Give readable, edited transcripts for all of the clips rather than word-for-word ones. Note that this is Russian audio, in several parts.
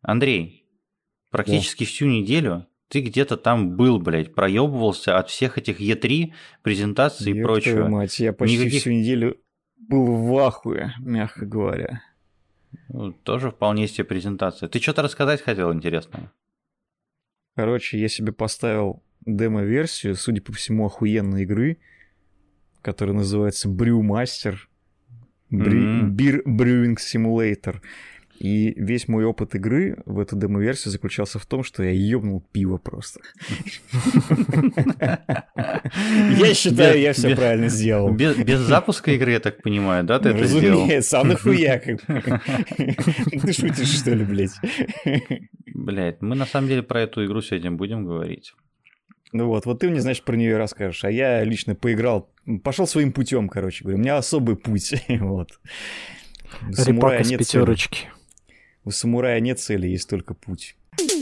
Андрей, практически всю неделю ты где-то там был, блядь, проебывался от всех этих E3 презентаций и прочего. Твою мать, я почти всю неделю был в ахуе, мягко говоря. Тоже вполне себе презентация. Ты что-то рассказать хотел интересного? Короче, я себе поставил демо-версию, судя по всему, охуенной игры, которая называется Brewmaster. Beer Brewing Simulator. И весь мой опыт игры в эту демо-версию заключался в том, что я ёбнул пиво просто. Я считаю, я все правильно сделал. Без запуска игры, я так понимаю, да, ты это сделал? Разумеется, сам нахуя. Ты шутишь, что ли, блядь? Блядь, мы на самом деле про эту игру сегодня будем говорить. Ну вот ты мне, значит, про нее расскажешь, а я лично поиграл, пошел своим путем, короче говоря. У меня особый путь, вот. Репак из пятерочки. У самурая нет цели, есть только путь.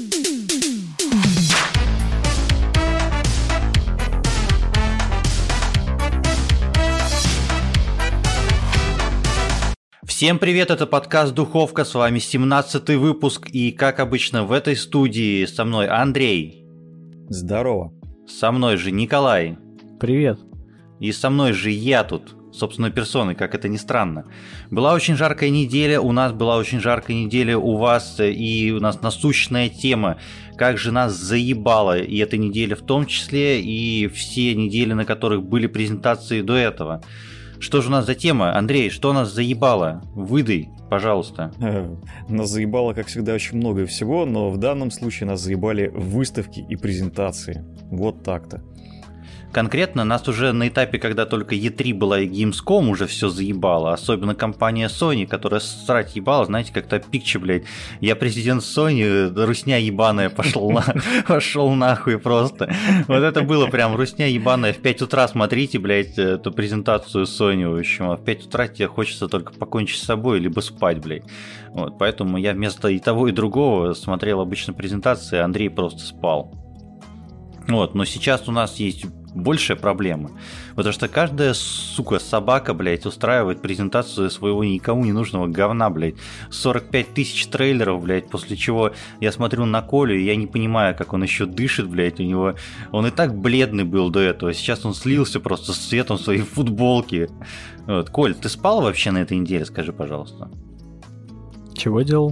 Всем привет, это подкаст «Духовка», с вами 17-й выпуск, и, как обычно, в этой студии со мной Андрей. Здорово. Со мной же Николай. Привет. И со мной же я тут, собственной персоной, как это ни странно. Была очень жаркая неделя, у нас была очень жаркая неделя, у вас, и у нас насущная тема, как же нас заебало, и эта неделя в том числе, и все недели, на которых были презентации до этого. Что же у нас за тема? Андрей, что нас заебало? Выдай, пожалуйста. Нас заебало, как всегда, очень много всего, но в данном случае нас заебали выставки и презентации. Вот так-то. Конкретно нас уже на этапе, когда только E3 была и Gamescom, уже все заебало. Особенно компания Sony, которая срать ебала, знаете, как-то пикче, блядь. Я президент Sony, русня ебаная, пошел нахуй просто. Вот это было прям русня ебаная. В 5 утра смотрите, блядь, эту презентацию Sony, в общем. А в 5 утра тебе хочется только покончить с собой, либо спать, блядь. Вот, поэтому я вместо и того, и другого смотрел обычно презентации, а Андрей просто спал. Вот, но сейчас у нас есть большая проблема, потому что каждая, сука, собака, блядь, устраивает презентацию своего никому не нужного говна, блядь. 45 тысяч трейлеров, блядь, после чего я смотрю на Колю, и я не понимаю, как он еще дышит, блядь, у него... Он и так бледный был до этого, сейчас он слился просто с цветом своей футболки. Вот. Коль, ты спал вообще на этой неделе, скажи, пожалуйста? Чего делал?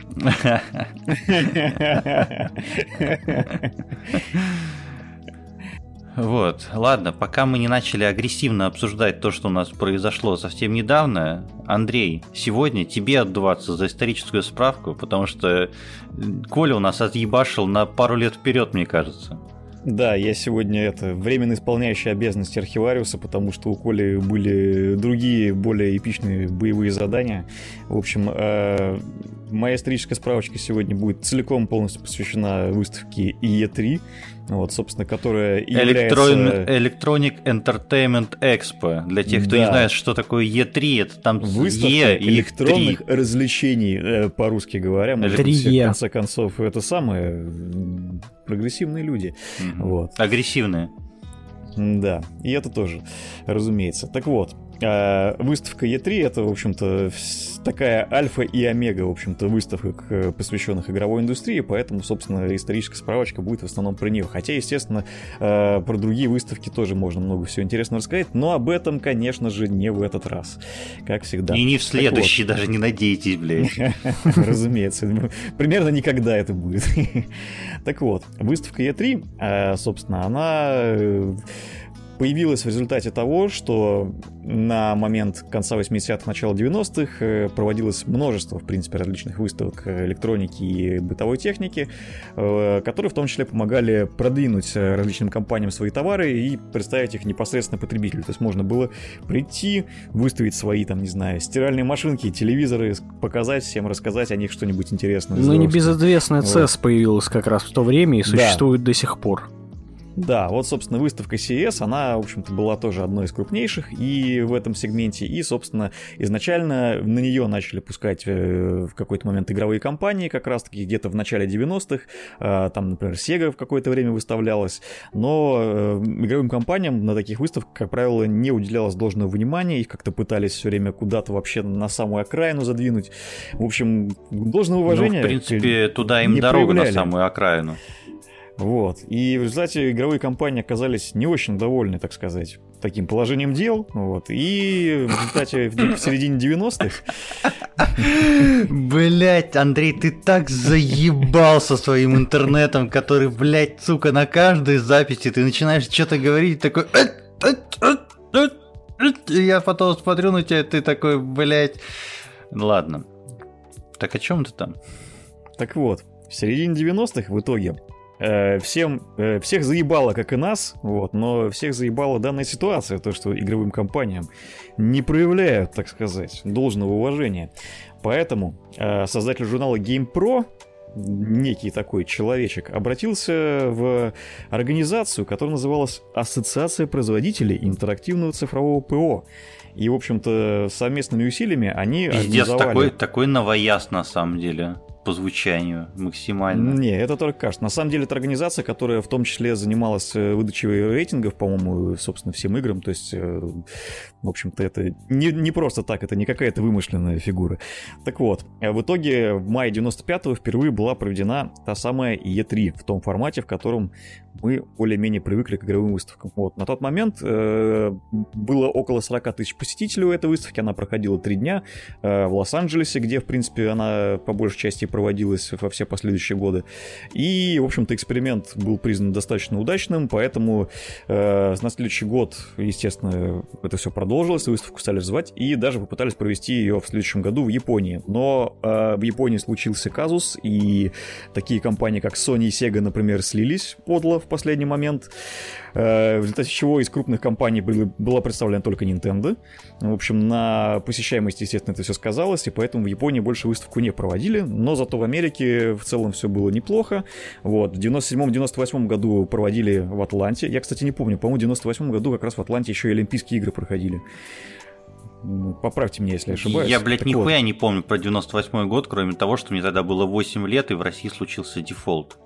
Вот, ладно, пока мы не начали агрессивно обсуждать то, что у нас произошло совсем недавно, Андрей, сегодня тебе отдуваться за историческую справку, потому что Коля у нас отъебашил на пару лет вперед, мне кажется. Да, я сегодня временно исполняющий обязанности архивариуса, потому что у Коли были другие, более эпичные боевые задания. В общем, моя историческая справочка сегодня будет целиком полностью посвящена выставке E3, вот, собственно, которая является... Electronic Entertainment Expo. Для тех, кто не знает, что такое E3, это там выставка E и электронных 3. развлечений, по-русски говоря. Мы все, в конце концов, это самые прогрессивные люди. Вот. Агрессивные. Да, и это тоже, разумеется. Так вот, выставка E3 это, в общем-то, такая альфа и омега, в общем-то, выставок, посвященных игровой индустрии, поэтому, собственно, историческая справочка будет в основном про нее. Хотя, естественно, про другие выставки тоже можно много всего интересного рассказать, но об этом, конечно же, не в этот раз, как всегда. И не в следующий, даже не надейтесь, блядь. Разумеется, примерно никогда это будет. Так вот, выставка E3, собственно, она... появилась в результате того, что на момент конца 80-х, начала 90-х проводилось множество, в принципе, различных выставок электроники и бытовой техники, которые в том числе помогали продвинуть различным компаниям свои товары и представить их непосредственно потребителю. То есть можно было прийти, выставить свои, там, не знаю, стиральные машинки, телевизоры, показать всем, рассказать о них что-нибудь интересное. Ну, небезызвестная CES появилась как раз в то время и существует до сих пор. Да, вот, собственно, выставка CES, она, в общем-то, была тоже одной из крупнейших и в этом сегменте, и, собственно, изначально на нее начали пускать в какой-то момент игровые компании, как раз-таки где-то в начале 90-х, там, например, Sega в какое-то время выставлялась, но игровым компаниям на таких выставках, как правило, не уделялось должного внимания, их как-то пытались все время куда-то вообще на самую окраину задвинуть. В общем, должного уважения... Ну, в принципе, туда им дорога на самую окраину. Вот. И в результате игровые компании оказались не очень довольны, так сказать, таким положением дел. Вот. И в результате в середине 90-х... Блять, Андрей, ты так заебался своим интернетом, который, блять, сука, на каждой записи ты начинаешь что-то говорить, такой... Я потом смотрю на тебя, ты такой, блять... Ладно. Так о чем ты там? Так вот, в середине 90-х в итоге... всех заебало, как и нас, вот, но всех заебала данная ситуация, то, что игровым компаниям не проявляют, так сказать, должного уважения. Поэтому создатель журнала GamePro, некий такой человечек, обратился в организацию, которая называлась Ассоциация производителей интерактивного цифрового ПО. И, в общем-то, совместными усилиями они пиздец, организовали... такой новояз, на самом деле. По звучанию максимально. Не, это только кажется. На самом деле это организация, которая в том числе занималась выдачей рейтингов, по-моему, собственно, всем играм. То есть, в общем-то, это не просто так, это не какая-то вымышленная фигура. Так вот, в итоге в мае 95-го впервые была проведена та самая E3 в том формате, в котором мы более-менее привыкли к игровым выставкам. Вот. На тот момент было около 40 тысяч посетителей у этой выставки, она проходила 3 дня в Лос-Анджелесе, где, в принципе, она по большей части проводилась во все последующие годы. И, в общем-то, эксперимент был признан достаточно удачным, поэтому на следующий год, естественно, это все продолжилось, выставку стали развивать, и даже попытались провести ее в следующем году в Японии. Но в Японии случился казус, и такие компании, как Sony и Sega, например, слились подло в последний момент, в результате чего из крупных компаний была представлена только Nintendo. В общем, на посещаемости, естественно, это все сказалось, и поэтому в Японии больше выставку не проводили, но зато в Америке в целом все было неплохо. Вот. В 97-98 году проводили в Атланте. Я, кстати, не помню, по-моему, в 98 году как раз в Атланте еще и Олимпийские игры проходили. Поправьте меня, если я ошибаюсь. Я, блядь, нихуя не помню про 98 год, кроме того, что мне тогда было 8 лет, и в России случился дефолт.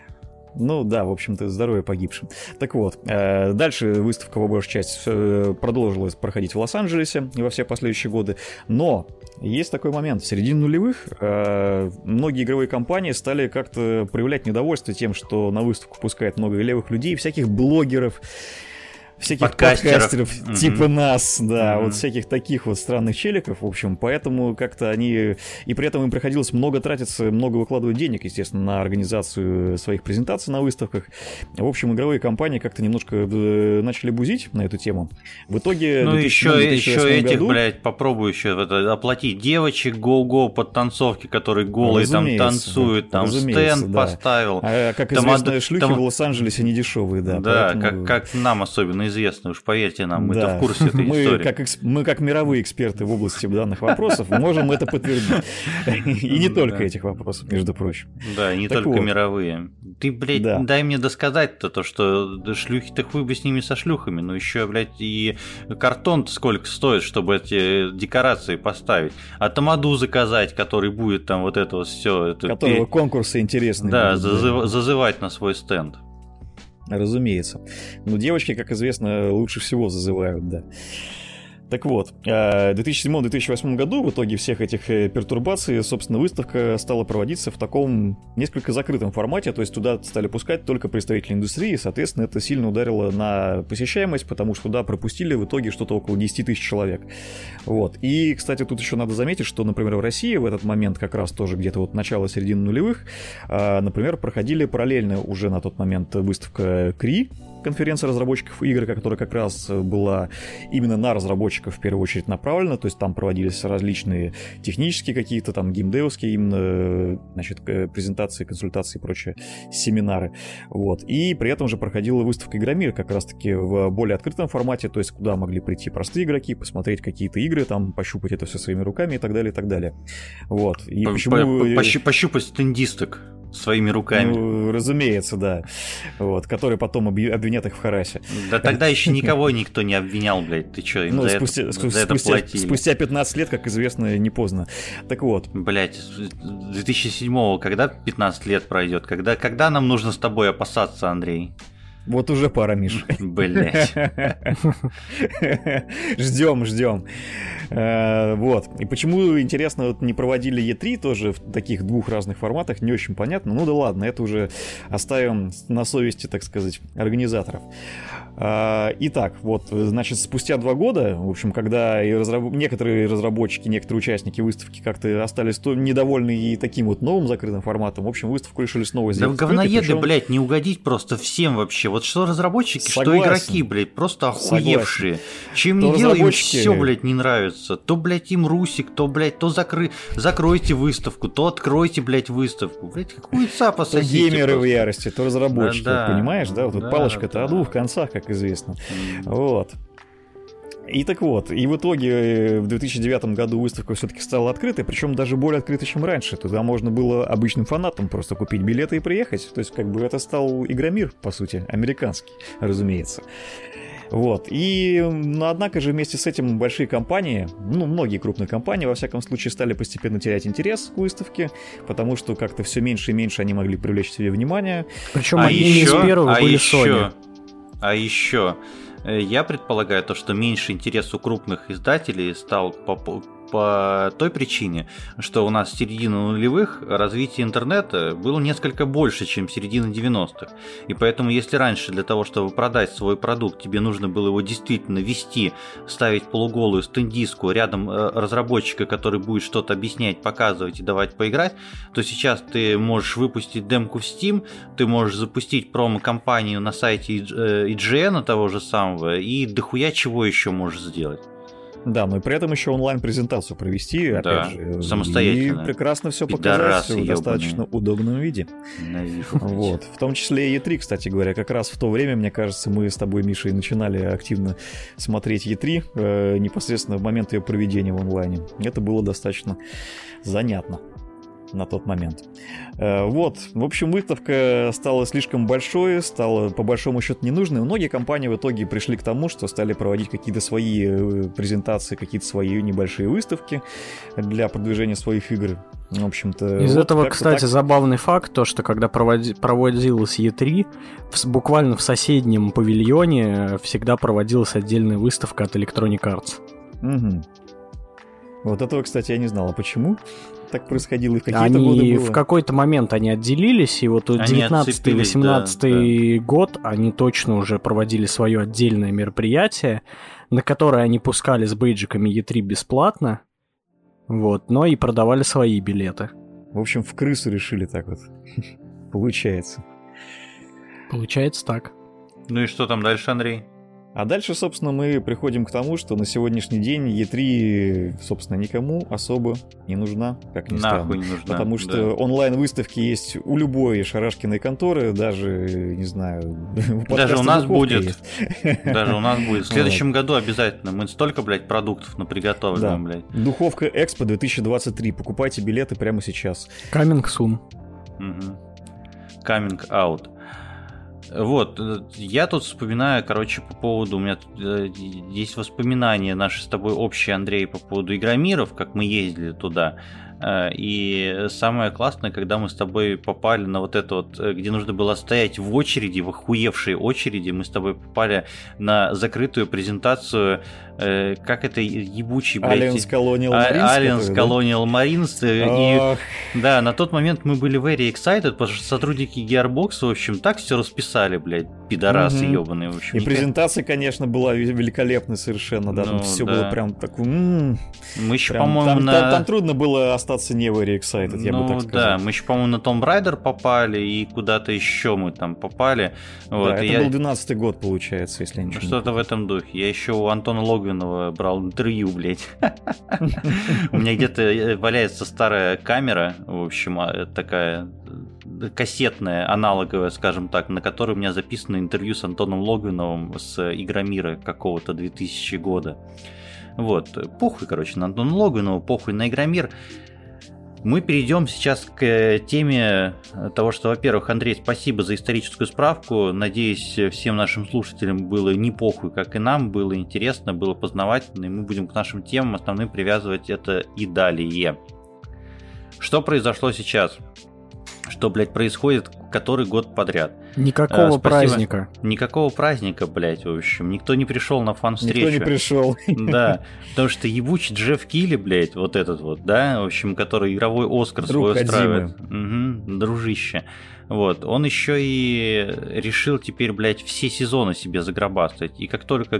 Ну да, в общем-то, здоровье погибшим. Так вот, дальше выставка, по большей части, продолжилась проходить в Лос-Анджелесе и во все последующие годы. Но есть такой момент. В середине нулевых многие игровые компании стали как-то проявлять недовольство тем, что на выставку пускают много левых людей, всяких блогеров, всяких подкастеров типа нас, да, вот всяких таких вот странных челиков, в общем, поэтому как-то они... И при этом им приходилось много тратиться, много выкладывать денег, естественно, на организацию своих презентаций на выставках. В общем, игровые компании как-то немножко начали бузить на эту тему. В итоге... Ну, еще этих, году... блядь, попробую еще оплатить девочек go-go подтанцовки, которые голые там танцуют, там стенд поставил. А, как известно, шлюхи в Лос-Анджелесе не дешевые, да. Да, поэтому... как нам особенно известно, уж поверьте нам, мы-то в курсе этой истории. Мы, как мировые эксперты в области данных вопросов, можем это подтвердить. И не только этих вопросов, между прочим. Да, не только мировые. Ты, блядь, дай мне досказать-то, то, что шлюхи-то хуй бы с ними со шлюхами, но еще, блядь, и картон-то сколько стоит, чтобы эти декорации поставить. А тамаду заказать, который будет там вот это вот все. Которого конкурсы интересные. Да, зазывать на свой стенд. Разумеется. Но девочки, как известно, лучше всего зазывают, да. Так вот, в 2007-2008 году в итоге всех этих пертурбаций, собственно, выставка стала проводиться в таком несколько закрытом формате, то есть туда стали пускать только представители индустрии, и, соответственно, это сильно ударило на посещаемость, потому что туда пропустили в итоге что-то около 10 тысяч человек. Вот. И, кстати, тут еще надо заметить, что, например, в России в этот момент, как раз тоже где-то вот начало-середины нулевых, например, проходили параллельно уже на тот момент выставка КРИ, конференция разработчиков игр, которая как раз была именно на разработчиков в первую очередь направлена, то есть там проводились различные технические какие-то там геймдевские именно, значит, презентации, консультации и прочие семинары, вот, и при этом же проходила выставка Игромир как раз-таки в более открытом формате, то есть куда могли прийти простые игроки, посмотреть какие-то игры, там, пощупать это все своими руками и так далее, и так далее, вот, и почему... Пощупать стендисток. Своими руками. Ну, разумеется, да. Вот, которые потом обвинят их в харасе. Да тогда еще никого никто не обвинял, блядь. Ты что, им за это платили? Спустя 15 лет, как известно, не поздно. Так вот. Блядь, 2007-го, когда 15 лет пройдет? Когда нам нужно с тобой опасаться, Андрей? Вот уже пора, Миш. Блять. Ждем. Вот. И почему, интересно, вот не проводили E3 тоже в таких двух разных форматах, не очень понятно. Ну да ладно, это уже оставим на совести, так сказать, организаторов. Итак, вот, значит, спустя 2 года, в общем, когда некоторые разработчики, некоторые участники выставки как-то остались недовольны и таким вот новым закрытым форматом, в общем, выставку решили снова сделать. Да говноеды, блядь, не угодить просто всем вообще. Вот что разработчики, Согласен. Что игроки, блядь, просто охуевшие. Чем не делай, им все, блядь, не нравится. То, блядь, им русик, то, блядь, то закройте выставку, то откройте, блядь, выставку. Блядь, какую цапа сосите. То геймеры в ярости, то разработчики, да, понимаешь, да? Вот да, палочка-то о двух концах, как известно. Вот. И так вот, и в итоге в 2009 году выставка все-таки стала открытой, причем даже более открытой, чем раньше. Туда можно было обычным фанатам просто купить билеты и приехать. То есть, как бы это стал Игромир, по сути, американский, разумеется. Вот, и, однако же, вместе с этим большие компании, ну, многие крупные компании, во всяком случае, стали постепенно терять интерес к выставке, потому что как-то все меньше и меньше они могли привлечь к себе внимание. Причем одними из первых были Sony. А еще, я предполагаю, то, что меньше интерес у крупных издателей стал по той причине, что у нас с середины нулевых развитие интернета было несколько больше, чем середина 90-х. И поэтому, если раньше для того, чтобы продать свой продукт, тебе нужно было его действительно вести, ставить полуголую стендиску рядом разработчика, который будет что-то объяснять, показывать и давать поиграть, то сейчас ты можешь выпустить демку в Steam, ты можешь запустить промо-компанию на сайте IGN того же самого, и дохуя чего еще можешь сделать. Да, но и при этом еще онлайн-презентацию провести, опять же, самостоятельно. И прекрасно все показать в достаточно удобном виде. Вот. В том числе и E3, кстати говоря, как раз в то время, мне кажется, мы с тобой, Миша, и начинали активно смотреть E3, непосредственно в момент ее проведения в онлайне. Это было достаточно занятно на тот момент. Вот, в общем, выставка стала слишком большой, стала по большому счету ненужной. Многие компании в итоге пришли к тому, что стали проводить какие-то свои презентации, какие-то свои небольшие выставки для продвижения своих игр. В общем-то, из этого, кстати, забавный факт, то, что когда проводилась E3, буквально в соседнем павильоне всегда проводилась отдельная выставка от Electronic Arts. Угу. Вот этого, кстати, я не знал. А почему так происходило и в какие-то годы было? В какой-то момент они отделились, и вот 19-18 год они точно уже проводили свое отдельное мероприятие, на которое они пускали с бейджиками E3 бесплатно, вот, но и продавали свои билеты. В общем, в крысу решили так вот. Получается. Получается так. Ну и что там дальше, Андрей? А дальше, собственно, мы приходим к тому, что на сегодняшний день E3, собственно, никому особо не нужна, как ни странно. Нахуй не нужна. Потому что онлайн-выставки есть у любой шарашкиной конторы, даже, не знаю... Даже у нас будет. Даже у нас будет. В следующем году обязательно. Мы столько, блядь, продуктов наприготовим, блядь. Духовка Экспо 2023. Покупайте билеты прямо сейчас. Coming soon. Coming out. Вот, я тут вспоминаю, короче, по поводу, у меня есть воспоминания наши с тобой общие, Андрей, по поводу Игромиров, как мы ездили туда. И самое классное, когда мы с тобой попали на вот это вот, где нужно было стоять в очереди, в охуевшей очереди, мы с тобой попали на закрытую презентацию, как это ебучий, блядь... Alliance Colonial Marines. Alliance Colonial Marines. И, да, на тот момент мы были very excited, потому что сотрудники Gearbox, в общем, так все расписали, блядь, пидорасы ебаные. В общем, и презентация, конечно, была великолепной совершенно, да, там все было прям так... Мы еще, по-моему, там трудно было остаться не very excited, я бы так сказал. Да, мы еще, по-моему, на Tomb Raider попали, и куда-то еще мы там попали. Вот, да, это был 12-й год, получается, если я ничего не помню. Что-то в этом духе. Я еще у Антона Логвинова брал интервью, блядь. У меня где-то валяется старая камера, в общем, такая кассетная, аналоговая, скажем так, на которой у меня записано интервью с Антоном Логвиновым с Игромира какого-то 2000 года. Вот, похуй, короче, на Антона Логвинова, похуй на Игромир. Мы перейдем сейчас к теме того, что, во-первых, Андрей, спасибо за историческую справку. Надеюсь, всем нашим слушателям было не похуй, как и нам, было интересно, было познавательно, и мы будем к нашим темам основным привязывать это и далее. Что произошло сейчас? Что, блядь, происходит который год подряд? Никакого праздника. Никакого праздника, блядь, в общем. Никто не пришел на фан-встречу. Никто не пришел. Да, потому что ебучий Джефф Килли, блядь, вот этот вот, да, в общем, который игровой Оскар свой устраивает. Угу, дружище. Вот, он еще и решил теперь, блядь, все сезоны себе загробастать. И как только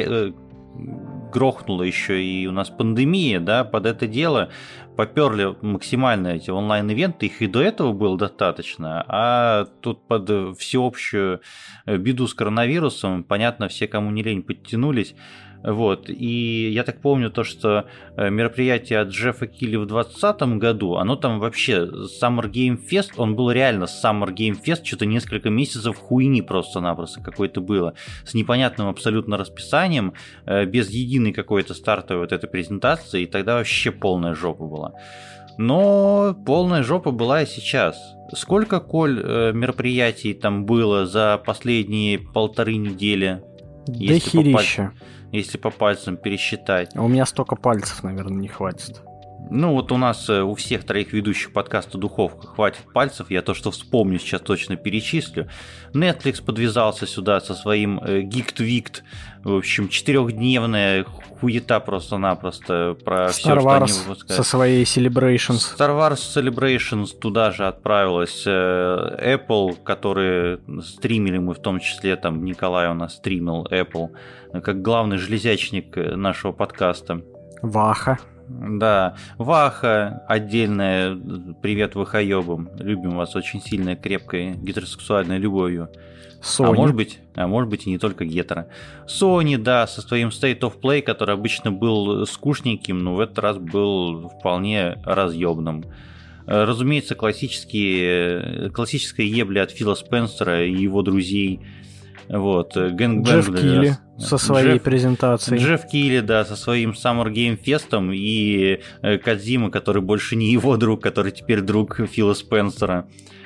грохнула еще и у нас пандемия, да, под это дело поперли максимально эти онлайн-ивенты, их и до этого было достаточно, а тут под всеобщую беду с коронавирусом, понятно, все, кому не лень, подтянулись. Вот. И я так помню то, что мероприятие от Джеффа Килли в 2020 году, оно там вообще, Summer Game Fest, он был реально Summer Game Fest, что-то несколько месяцев хуйни просто-напросто какой-то было, с непонятным абсолютно расписанием, без единой какой-то стартовой вот этой презентации, и тогда вообще полная жопа была. Но полная жопа была и сейчас. Сколько, Коль, мероприятий там было за последние 1,5 недели? Дохерища. Если по пальцам пересчитать. А у меня столько пальцев, наверное, не хватит. Ну вот у нас у всех троих ведущих подкаста «Духовка» хватит пальцев. Я то, что вспомню, сейчас точно перечислю. Netflix подвязался сюда со своим Geek to Week. В общем, 4-дневная хуета просто-напросто про все, что они выпускают. Со своей Celebrations. Star Wars Celebrations туда же отправилась. Apple, которые стримили мы, в том числе, там Николай у нас стримил Apple, как главный железячник нашего подкаста. Ваха. Да, Ваха, отдельная, привет вахоебам, любим вас очень сильной, крепкой, гетеросексуальной любовью. Sony. А может быть и не только гетеро. Sony, да, со своим State of Play, который обычно был скучненьким, но в этот раз был вполне разъебным. Разумеется, классическая ебля от Фила Спенсера и его друзей. Вот, Джефф Килли со своей презентацией. Джефф Килли, да, со своим Summer Game Fest'ом, и Кодзима, который больше не его друг, который теперь друг Фила Спенсера.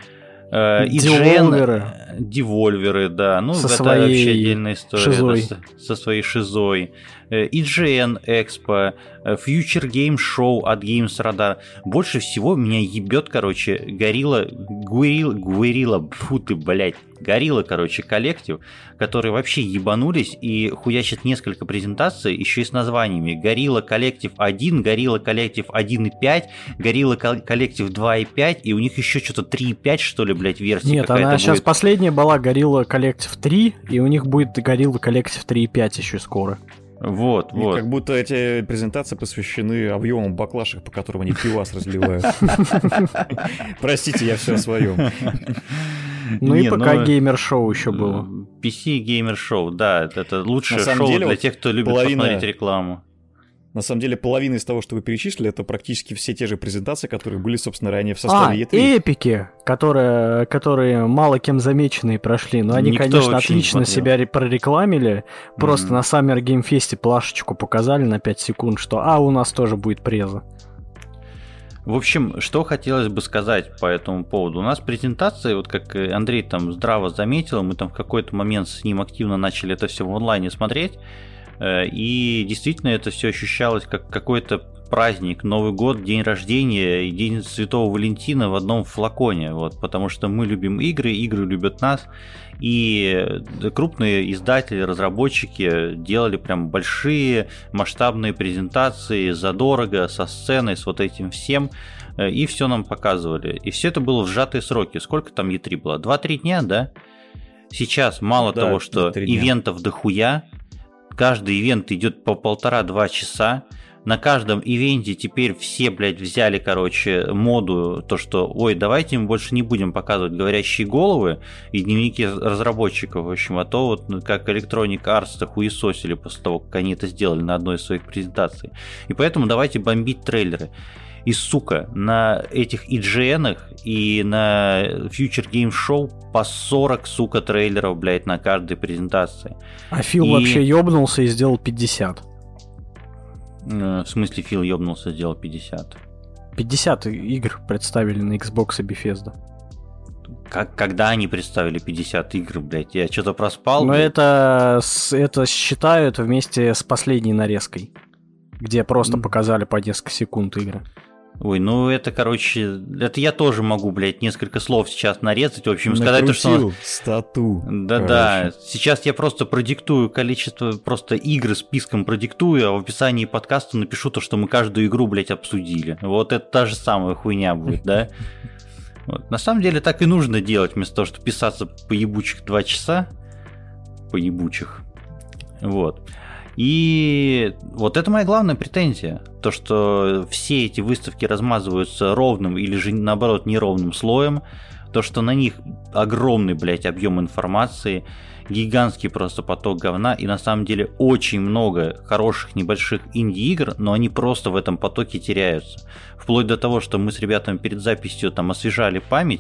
И Девольверы, да. Ну, со это своей вообще отдельная история. шизой. Да, со своей шизой. IGN Expo, Future Game Show от Games Radar. Больше всего меня ебет, короче, Gorilla, короче, коллектив, которые вообще ебанулись и хуячат несколько презентаций еще и с названиями. Gorilla Collective 1, Gorilla Collective 1.5, Gorilla Collective 2.5, и у них еще что-то 3.5, что ли, блядь, версия. Нет, она будет. Сейчас последняя была Gorilla Collective 3, и у них будет Gorilla Collective 3.5 еще скоро. Вот. Как будто эти презентации посвящены объемам баклашек, по которым они пивас разливают. Простите, я все о своем. Ну и пока геймер-шоу еще было. PC геймер-шоу, да, это лучшее шоу для тех, кто любит посмотреть рекламу. На самом деле, половина из того, что вы перечислили, это практически все те же презентации, которые были, собственно, ранее в составе E3. Эпики, которые мало кем замеченные прошли, но они, конечно, отлично себя прорекламили. Просто на Summer Game Fest плашечку показали на 5 секунд, что у нас тоже будет преза. В общем, что хотелось бы сказать по этому поводу. У нас презентация, вот как Андрей там здраво заметил, мы там в какой-то момент с ним активно начали это все в онлайне смотреть. И действительно это все ощущалось как какой-то праздник, Новый год, день рождения и День Святого Валентина в одном флаконе, вот, потому что мы любим игры любят нас, и крупные издатели, разработчики делали прям большие масштабные презентации задорого, со сценой, с вот этим всем, и все нам показывали, и все это было в сжатые сроки. Сколько там E3 было? 2-3 дня, да? Сейчас мало того, что ивентов дохуя, каждый ивент идет по 1,5-2 часа. На каждом ивенте теперь все, блядь, взяли, короче, моду, то, что, давайте мы больше не будем показывать говорящие головы и дневники разработчиков, в общем, а то вот как Electronic Arts-то хуесосили после того, как они это сделали на одной из своих презентаций. И поэтому давайте бомбить трейлеры. И, сука, на этих IGN-ах и на Future Game Show по 40, сука, трейлеров, блядь, на каждой презентации. А Фил вообще ёбнулся и сделал 50. В смысле Фил ёбнулся и сделал 50? 50 игр представили на Xbox и Bethesda. Когда они представили 50 игр, блядь? Я что-то проспал. Но это считают вместе с последней нарезкой, где просто показали по несколько секунд игры. Ой, ну это, короче, это я тоже могу, блядь, несколько слов сейчас нарезать, в общем, сказать то, что... стату. Да-да, сейчас я просто продиктую количество, просто игр списком продиктую, а в описании подкаста напишу то, что мы каждую игру, блядь, обсудили. Вот это та же самая хуйня будет, да? Вот. На самом деле так и нужно делать, вместо того, чтобы писаться по ебучих 2 часа. По ебучих. Вот. И вот это моя главная претензия. То, что все эти выставки размазываются ровным или же наоборот неровным слоем. То, что на них огромный, блядь, объем информации, гигантский просто поток говна, и на самом деле очень много хороших небольших инди-игр, но они просто в этом потоке теряются. Вплоть до того, что мы с ребятами перед записью там освежали память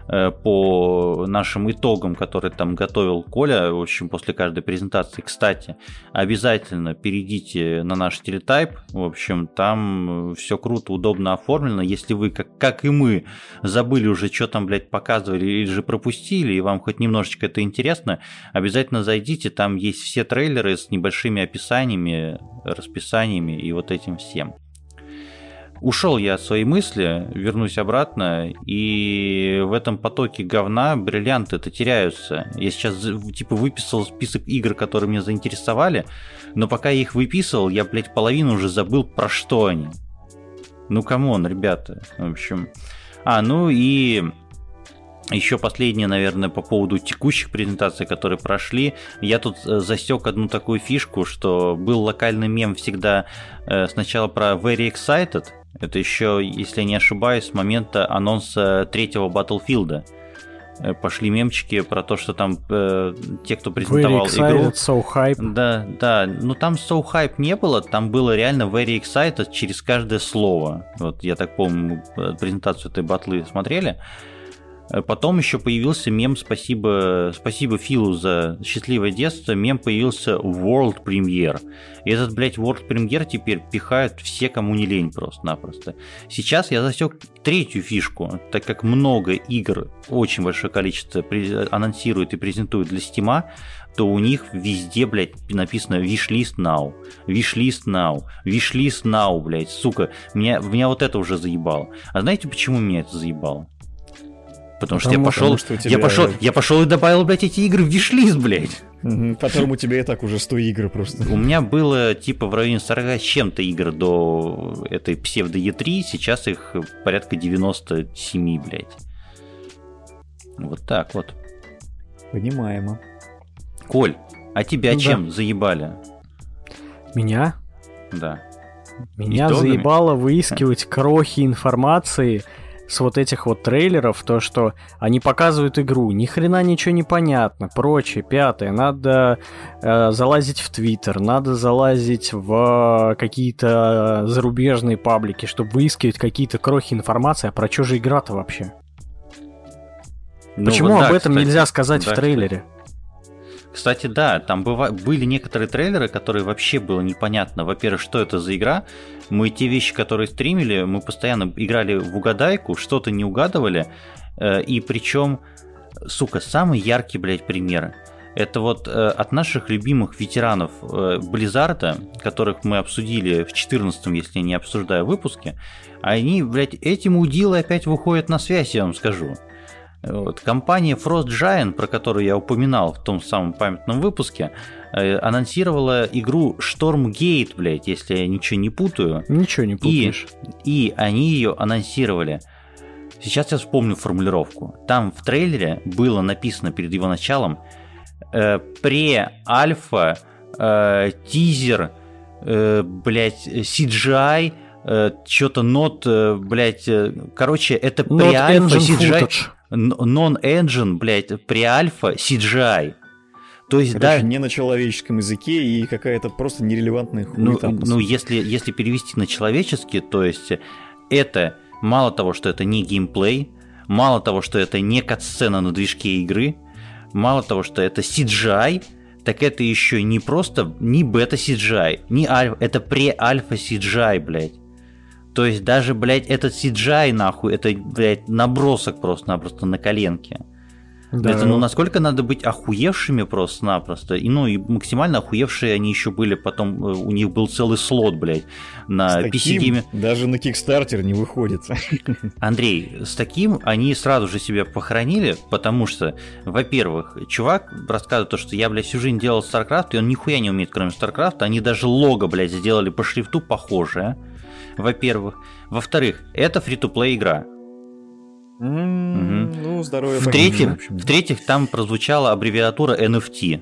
по нашим итогам, которые там готовил Коля, в общем, после каждой презентации. Кстати, обязательно перейдите на наш телетайп, в общем, там все круто, удобно оформлено. Если вы, как и мы, забыли уже, что там, блядь, показывали или же пропустили, и вам хоть немножечко это интересно, обязательно зайдите, там есть все трейлеры с небольшими описаниями, расписаниями и вот этим всем. Ушел я от своей мысли, вернусь обратно, и в этом потоке говна бриллианты-то теряются. Я сейчас типа выписал список игр, которые меня заинтересовали, но пока я их выписывал, я, блядь, половину уже забыл, про что они. Ну, камон, ребята. В общем. Ну и еще последнее, наверное, по поводу текущих презентаций, которые прошли. Я тут засек одну такую фишку, что был локальный мем всегда сначала про Very Excited. Это еще, если я не ошибаюсь, с момента анонса 3-го Battlefield. Пошли мемчики про то, что там те, кто презентовал игру... So hype. Да, но там so hype не было, там было реально very excited через каждое слово. Вот я так помню, презентацию этой батлы смотрели. Потом еще появился мем, спасибо Филу за счастливое детство, мем появился World Premiere. И этот, блядь, World Premiere теперь пихают все, кому не лень просто-напросто. Сейчас я засек 3-ю фишку, так как много игр, очень большое количество анонсируют и презентуют для Steam, то у них везде, блядь, написано Wishlist Now, Wishlist Now, Wishlist Now, блядь, сука. Меня вот это уже заебало. А знаете, почему меня это заебало? Потому что я пошел и добавил, блядь, эти игры в вишлист, блядь. Которым у тебя и так уже 100 игр просто. У меня было типа в районе 40 с чем-то игр до этой псевдо E3, сейчас их порядка 97, блядь. Вот так вот. Понимаемо. Коль, а тебя чем заебали? Меня? Да. Меня заебало выискивать крохи информации с вот этих вот трейлеров, то, что они показывают игру, ни хрена ничего не понятно, прочее, пятое, надо залазить в Твиттер, надо залазить в какие-то зарубежные паблики, чтобы выискивать какие-то крохи информации, а про что же игра-то вообще? Почему об этом нельзя сказать в трейлере? Кстати, да, там были некоторые трейлеры, которые вообще было непонятно. Во-первых, что это за игра. Мы те вещи, которые стримили, мы постоянно играли в угадайку, что-то не угадывали. И причем, сука, самый яркий, блядь, пример. Это вот от наших любимых ветеранов Близзарда, которых мы обсудили в 14-м, если не обсуждаю выпуске, они, блядь, эти мудилы опять выходят на связь, я вам скажу. Вот. Компания Frost Giant, про которую я упоминал в том самом памятном выпуске, анонсировала игру Stormgate, блядь, если я ничего не путаю. Ничего не путаешь. И они ее анонсировали. Сейчас я вспомню формулировку. Там в трейлере было написано перед его началом пре-альфа, тизер, блядь, CGI, что-то блядь, короче, это пре-альфа, CGI... Non-engine, блядь, pre-альфа CGI. То есть, короче, да, не на человеческом языке и какая-то просто нерелевантная хуйня. Ну, если перевести на человеческий, то есть это мало того, что это не геймплей, мало того, что это не кат-сцена на движке игры, мало того, что это CGI, так это еще не просто не бета CGI, не альфа, это pre-альфа CGI, блядь. То есть даже, блядь, этот CGI, нахуй, это, блядь, набросок просто-напросто на коленке. Да. Это, ну, насколько надо быть охуевшими просто-напросто. И, ну, и максимально охуевшие они еще были потом, у них был целый слот, блядь, на PC-гейме. Даже на Kickstarter не выходит. Андрей, с таким они сразу же себя похоронили, потому что, во-первых, чувак рассказывает то, что я, блядь, всю жизнь делал StarCraft, и он нихуя не умеет, кроме StarCraft. Они даже лого, блядь, сделали по шрифту похожее, во-первых. Во-вторых, это фри-то-плей игра. Ну, здоровье. В-третьих, там прозвучала аббревиатура NFT.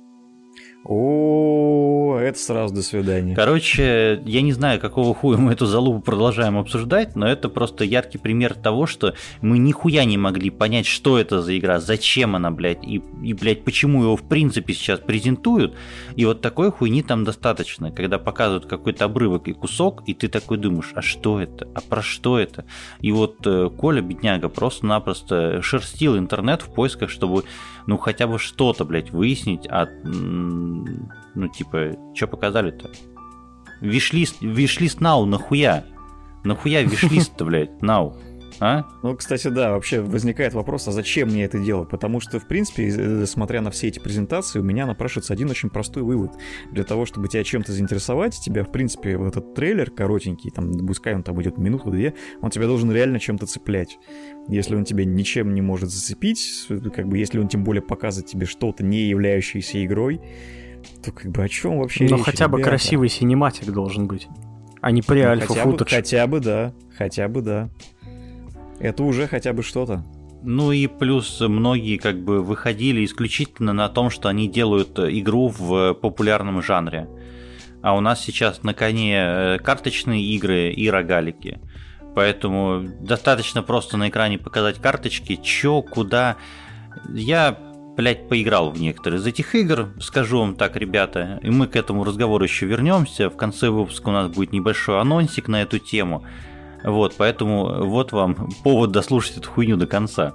О, это сразу до свидания. Короче, я не знаю, какого хуя мы эту залупу продолжаем обсуждать, но это просто яркий пример того, что мы нихуя не могли понять, что это за игра, зачем она, блядь, и блядь, почему его в принципе сейчас презентуют. И вот такой хуйни там достаточно, когда показывают какой-то обрывок и кусок, и ты такой думаешь, а что это, а про что это? И вот Коля, бедняга, просто-напросто шерстил интернет в поисках, чтобы, ну, хотя бы что-то, блядь, выяснить, ну, типа, что показали-то? Вишлист now, нахуя? Нахуя вишлист-то, блядь, now? А? Ну, кстати, да, вообще возникает вопрос, а зачем мне это делать? Потому что, в принципе, смотря на все эти презентации, у меня напрашивается один очень простой вывод. Для того, чтобы тебя чем-то заинтересовать, тебя, в принципе, вот этот трейлер коротенький, там, пускай он там идет минуту-две, он тебя должен реально чем-то цеплять. Если он тебя ничем не может зацепить, как бы, если он тем более показывает тебе что-то, не являющееся игрой, то как бы о чем вообще речь? Но хотя бы ребята? Красивый синематик должен быть, а не pre-альфа-футаж. Хотя бы да. Это уже хотя бы что-то. Ну и плюс многие как бы выходили исключительно на том, что они делают игру в популярном жанре. А у нас сейчас на коне карточные игры и рогалики. Поэтому достаточно просто на экране показать карточки, чё, куда. Я, блядь, поиграл в некоторые из этих игр, скажу вам так, ребята, и мы к этому разговору еще вернемся. В конце выпуска у нас будет небольшой анонсик на эту тему. Вот, поэтому вот вам повод дослушать эту хуйню до конца.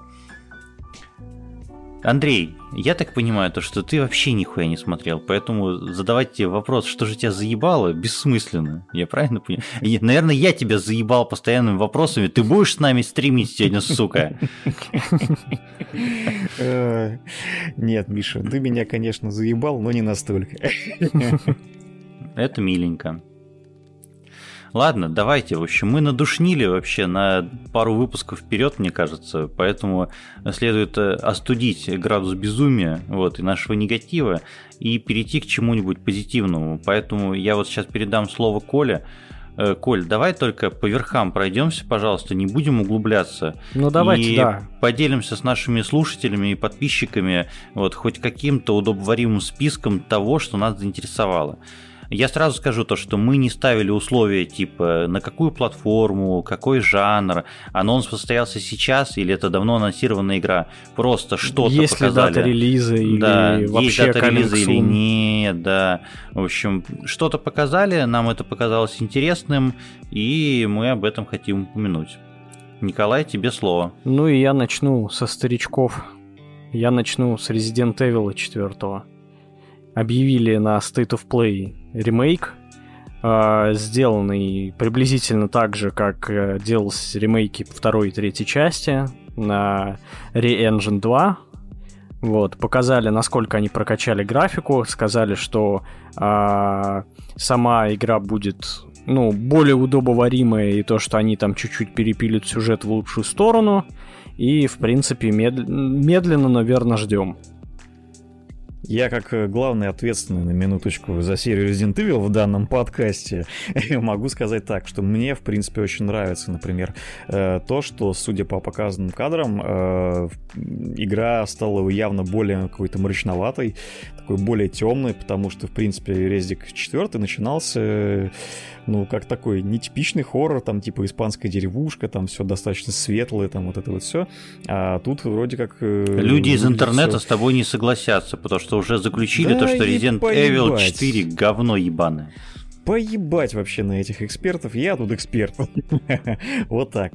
Андрей, я так понимаю, то, что ты вообще нихуя не смотрел, поэтому задавать тебе вопрос, что же тебя заебало, бессмысленно. Я правильно понимаю? Наверное, я тебя заебал постоянными вопросами. Ты будешь с нами стримить сегодня, сука? Нет, Миша, ты меня, конечно, заебал, но не настолько. Это миленько. Ладно, давайте, в общем, мы надушнили вообще на пару выпусков вперед, мне кажется, поэтому следует остудить градус безумия, вот, и нашего негатива, и перейти к чему-нибудь позитивному. Поэтому я вот сейчас передам слово Коле. Коль, давай только по верхам пройдемся, пожалуйста, не будем углубляться. Ну давайте, и да. Поделимся с нашими слушателями и подписчиками вот хоть каким-то удобоваримым списком того, что нас заинтересовало. Я сразу скажу то, что мы не ставили условия типа на какую платформу, какой жанр, анонс состоялся сейчас или это давно анонсированная игра. Просто что-то есть показали. Есть ли дата релиза или да, вообще есть дата релиза или нет, да. В общем, что-то показали, нам это показалось интересным, и мы об этом хотим упомянуть. Николай, тебе слово. Ну и я начну со старичков. Я начну с Resident Evil 4. Объявили на State of Play ремейк, сделанный приблизительно так же, как делались ремейки второй и третьей части на Re-Engine 2. Вот, показали, насколько они прокачали графику, сказали, что сама игра будет, ну, более удобоваримая, и то, что они там чуть-чуть перепилят сюжет в лучшую сторону. И, в принципе, медленно, но верно ждем. Я, как главный ответственный на минуточку за серию Resident Evil в данном подкасте, могу сказать так, что мне, в принципе, очень нравится, например, то, что, судя по показанным кадрам, игра стала явно более какой-то мрачноватой, такой более темной, потому что, в принципе, Resident 4 начинался, ну, как такой нетипичный хоррор, там, типа испанская деревушка, там все достаточно светлое, там вот это вот все, а тут вроде как... Люди из интернета с тобой не согласятся, потому что уже заключили да то, что Resident Evil 4 говно ебаное. Поебать вообще на этих экспертов, я тут эксперт. Вот так.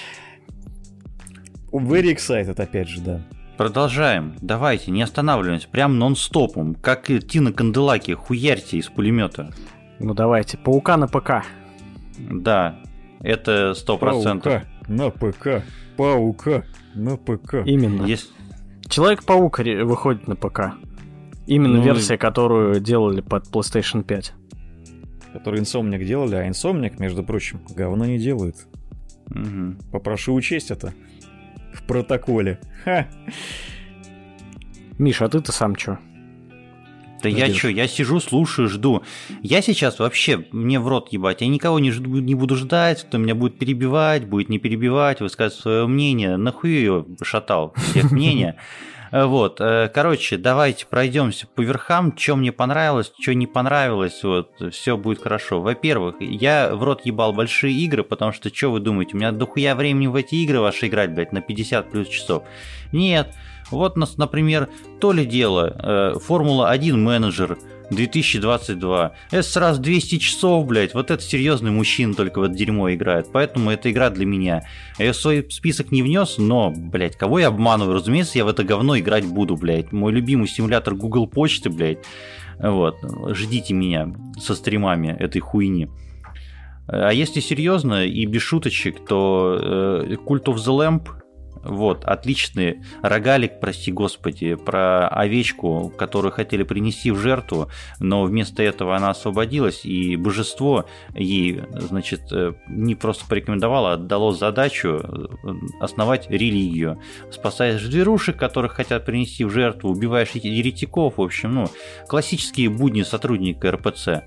Very excited, опять же, да. Продолжаем. Давайте, не останавливаемся. Прям нон-стопом. Как идти на канделаке, хуярьте из пулемета. Ну давайте, Паука на ПК. Да. Это 100%. Паука на ПК. Паука на ПК. Именно. Человек-паук выходит на ПК. Именно версия, которую делали под PlayStation 5. Который Insomniac делали, а Insomniac, между прочим, говно не делает. Угу. Попрошу учесть это в протоколе. Ха. Миша, а ты-то сам чё? Да я чё, я сижу, слушаю, жду. Я сейчас вообще, мне в рот ебать, я никого не буду ждать, кто меня будет перебивать, будет не перебивать, высказывать свое мнение. Нахуй я шатал всех мнения. Вот, короче, давайте пройдемся по верхам, что мне понравилось, что не понравилось, вот, все будет хорошо. Во-первых, я в рот ебал большие игры, потому что, что вы думаете, у меня дохуя времени в эти игры ваши играть, блядь, на 50 плюс часов? Нет, вот, например, то ли дело, Формула-1 менеджер 2022. Это сразу 200 часов, блядь. Вот это серьезный мужчина только в это дерьмо играет. Поэтому эта игра для меня. Я в свой список не внес, но, блядь, кого я обманываю? Разумеется, я в это говно играть буду, блядь. Мой любимый симулятор Google почты, блядь. Вот. Ждите меня со стримами этой хуйни. А если серьезно и без шуточек, то Cult of the Lamp. Вот, отличный рогалик, прости господи, про овечку, которую хотели принести в жертву, но вместо этого она освободилась, и божество ей, значит, не просто порекомендовало, а дало задачу основать религию. Спасаешь зверушек, которых хотят принести в жертву, убиваешь еретиков, в общем, ну, классические будни сотрудника РПЦ.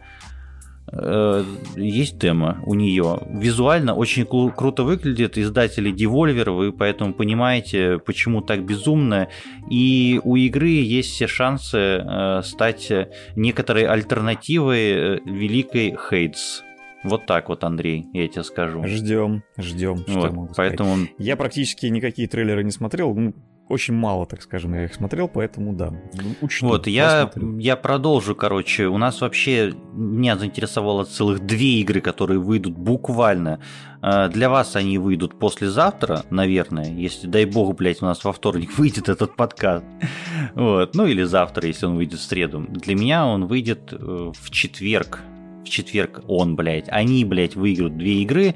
Есть демо у нее. Визуально очень круто выглядит. Издатели Devolver, вы поэтому понимаете, почему так безумно. И у игры есть все шансы стать некоторой альтернативой великой Hades. Вот так вот, Андрей, я тебе скажу. Ждем, что вот, могу поэтому... сказать. Я практически никакие трейлеры не смотрел. Очень мало, так скажем, я их смотрел, поэтому да. Учту, вот, я продолжу, короче. У нас вообще, меня заинтересовало целых 2 игры, которые выйдут буквально. Для вас они выйдут послезавтра, наверное, если, дай бог, блядь, у нас во вторник выйдет этот подкаст. Вот. Ну или завтра, если он выйдет в среду. Для меня он выйдет в четверг. В четверг они, блядь, выиграют 2 игры.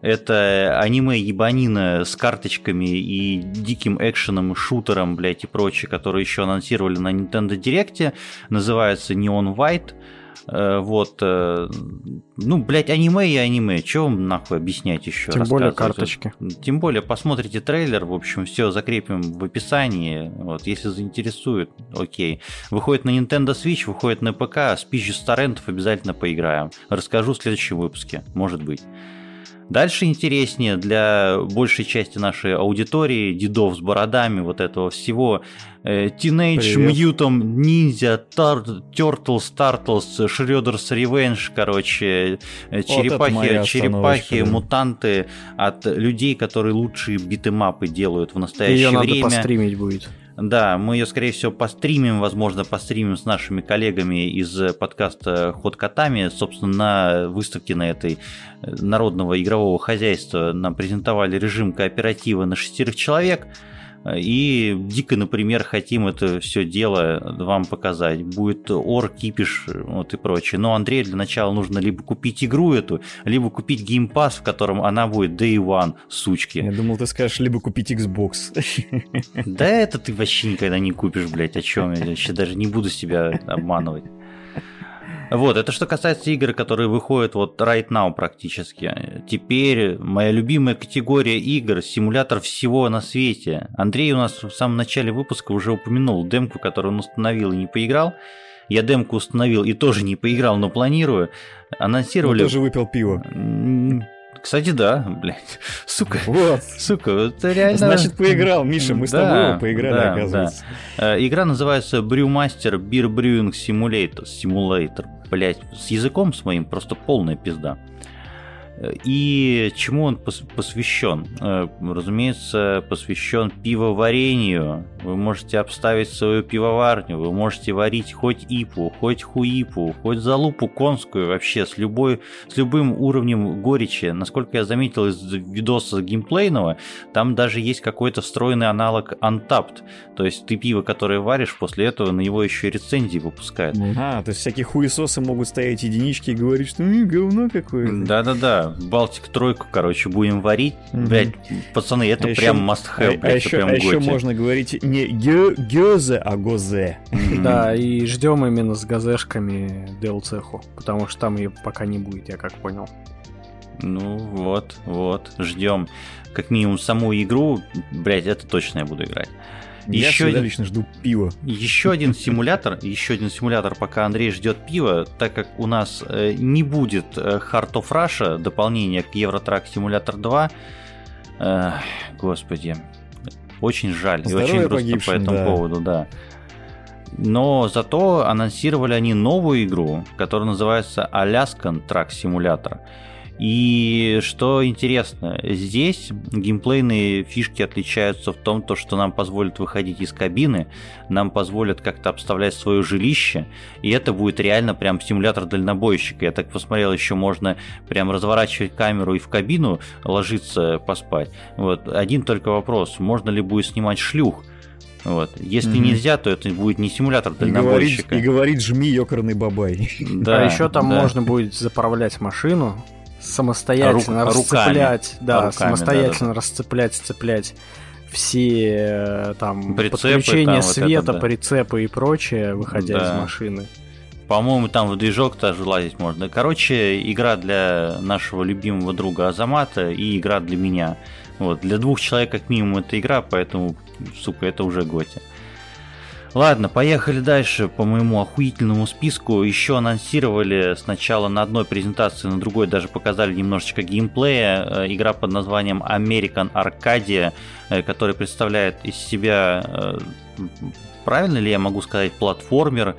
Это аниме-ебанина с карточками и диким экшеном, шутером, блядь, и прочее, которые еще анонсировали на Nintendo Direct. Называется Neon White. Вот. Ну, блядь, аниме и аниме. Чего вам нахуй объяснять еще? Тем более карточки. Тем более посмотрите трейлер. В общем, все закрепим в описании. Вот, если заинтересует, окей. Выходит на Nintendo Switch, выходит на ПК. Спичу с торрентов обязательно поиграем. Расскажу в следующем выпуске. Может быть. Дальше интереснее для большей части нашей аудитории, дедов с бородами, вот этого всего. Teenage Mutant Ninja Turtles, Shredder's Revenge, короче, черепахи, мутанты от людей, которые лучшие битэмапы делают в настоящее время. Ее надо постримить будет. Да, мы ее, скорее всего, постримим, возможно, постримим с нашими коллегами из подкаста «Ход котами». Собственно, на выставке на этой народного игрового хозяйства нам презентовали режим кооператива на 6 человек. И дико, например, хотим это все дело вам показать. Будет ор, кипиш, вот и прочее. Но Андрею для начала нужно либо купить игру эту, либо купить геймпасс, в котором она будет Day One, сучки. Я думал, ты скажешь, либо купить Xbox. Да это ты вообще никогда не купишь, блядь, о чем я вообще даже не буду себя обманывать. Вот, это что касается игр, которые выходят вот right now практически. Теперь моя любимая категория игр – симулятор всего на свете. Андрей у нас в самом начале выпуска уже упомянул демку, которую он установил и не поиграл. Я демку установил и тоже не поиграл, но планирую. Анонсировали... Он тоже выпил пиво. Кстати, да, блядь. Сука. Вот. Сука, это реально... Значит, поиграл, Миша, мы с тобой поиграли, оказывается. Да. Игра называется Brewmaster Beer Brewing Simulator. Блять, с языком с моим просто полная пизда. И чему он посвящен? Разумеется, посвящен пивоварению. Вы можете обставить свою пивоварню, вы можете варить хоть ипу, хоть хуипу, хоть залупу конскую, вообще с любым уровнем горечи. Насколько я заметил из видоса геймплейного, там даже есть какой-то встроенный аналог Untapped. То есть ты пиво, которое варишь, после этого на него еще и рецензии выпускают. То есть всякие хуесосы могут ставить единички и говорить, что говно какое-то. Да-да-да. Да, Балтик тройку, короче, будем варить. Блять, пацаны, это прям must-have, блядь, это прям еще можно говорить не гёзе, а гозе. Да, и ждем именно с газешками DLC-ху, потому что там ее пока не будет, я как понял. Ну вот, ждем. Как минимум саму игру, блять, это точно я буду играть. Я всегда лично жду пива. Еще один симулятор, пока Андрей ждет пива, так как у нас не будет Heart of Russia, дополнение к Euro Truck Simulator 2. Господи, очень жаль. Здоровья и очень грустно по этому поводу, да. Но зато анонсировали они новую игру, которая называется Alaskan Truck Simulator. И что интересно, здесь геймплейные фишки отличаются в том, что нам позволит выходить из кабины, нам позволят как-то обставлять свое жилище, и это будет реально прям симулятор дальнобойщика. Я так посмотрел, еще можно прям разворачивать камеру и в кабину ложиться поспать. Вот. Один только вопрос, можно ли будет снимать шлюх? Вот. Если нельзя, то это будет не симулятор дальнобойщика. И говорит жми, ёкарный бабай. Да, а еще там можно будет заправлять машину, самостоятельно расцеплять, расцеплять, сцеплять все там прицепы, подключения там, света, прицепы и прочее, выходя из машины. По-моему, там в движок тоже лазить можно. Короче, игра для нашего любимого друга Азамата и игра для меня. Вот. Для 2 человек как минимум эта игра, поэтому, сука, это уже готи. Ладно, поехали дальше по моему охуительному списку. Еще анонсировали сначала на одной презентации, на другой даже показали немножечко геймплея. Игра под названием American Arcadia, которая представляет из себя, правильно ли я могу сказать, платформер.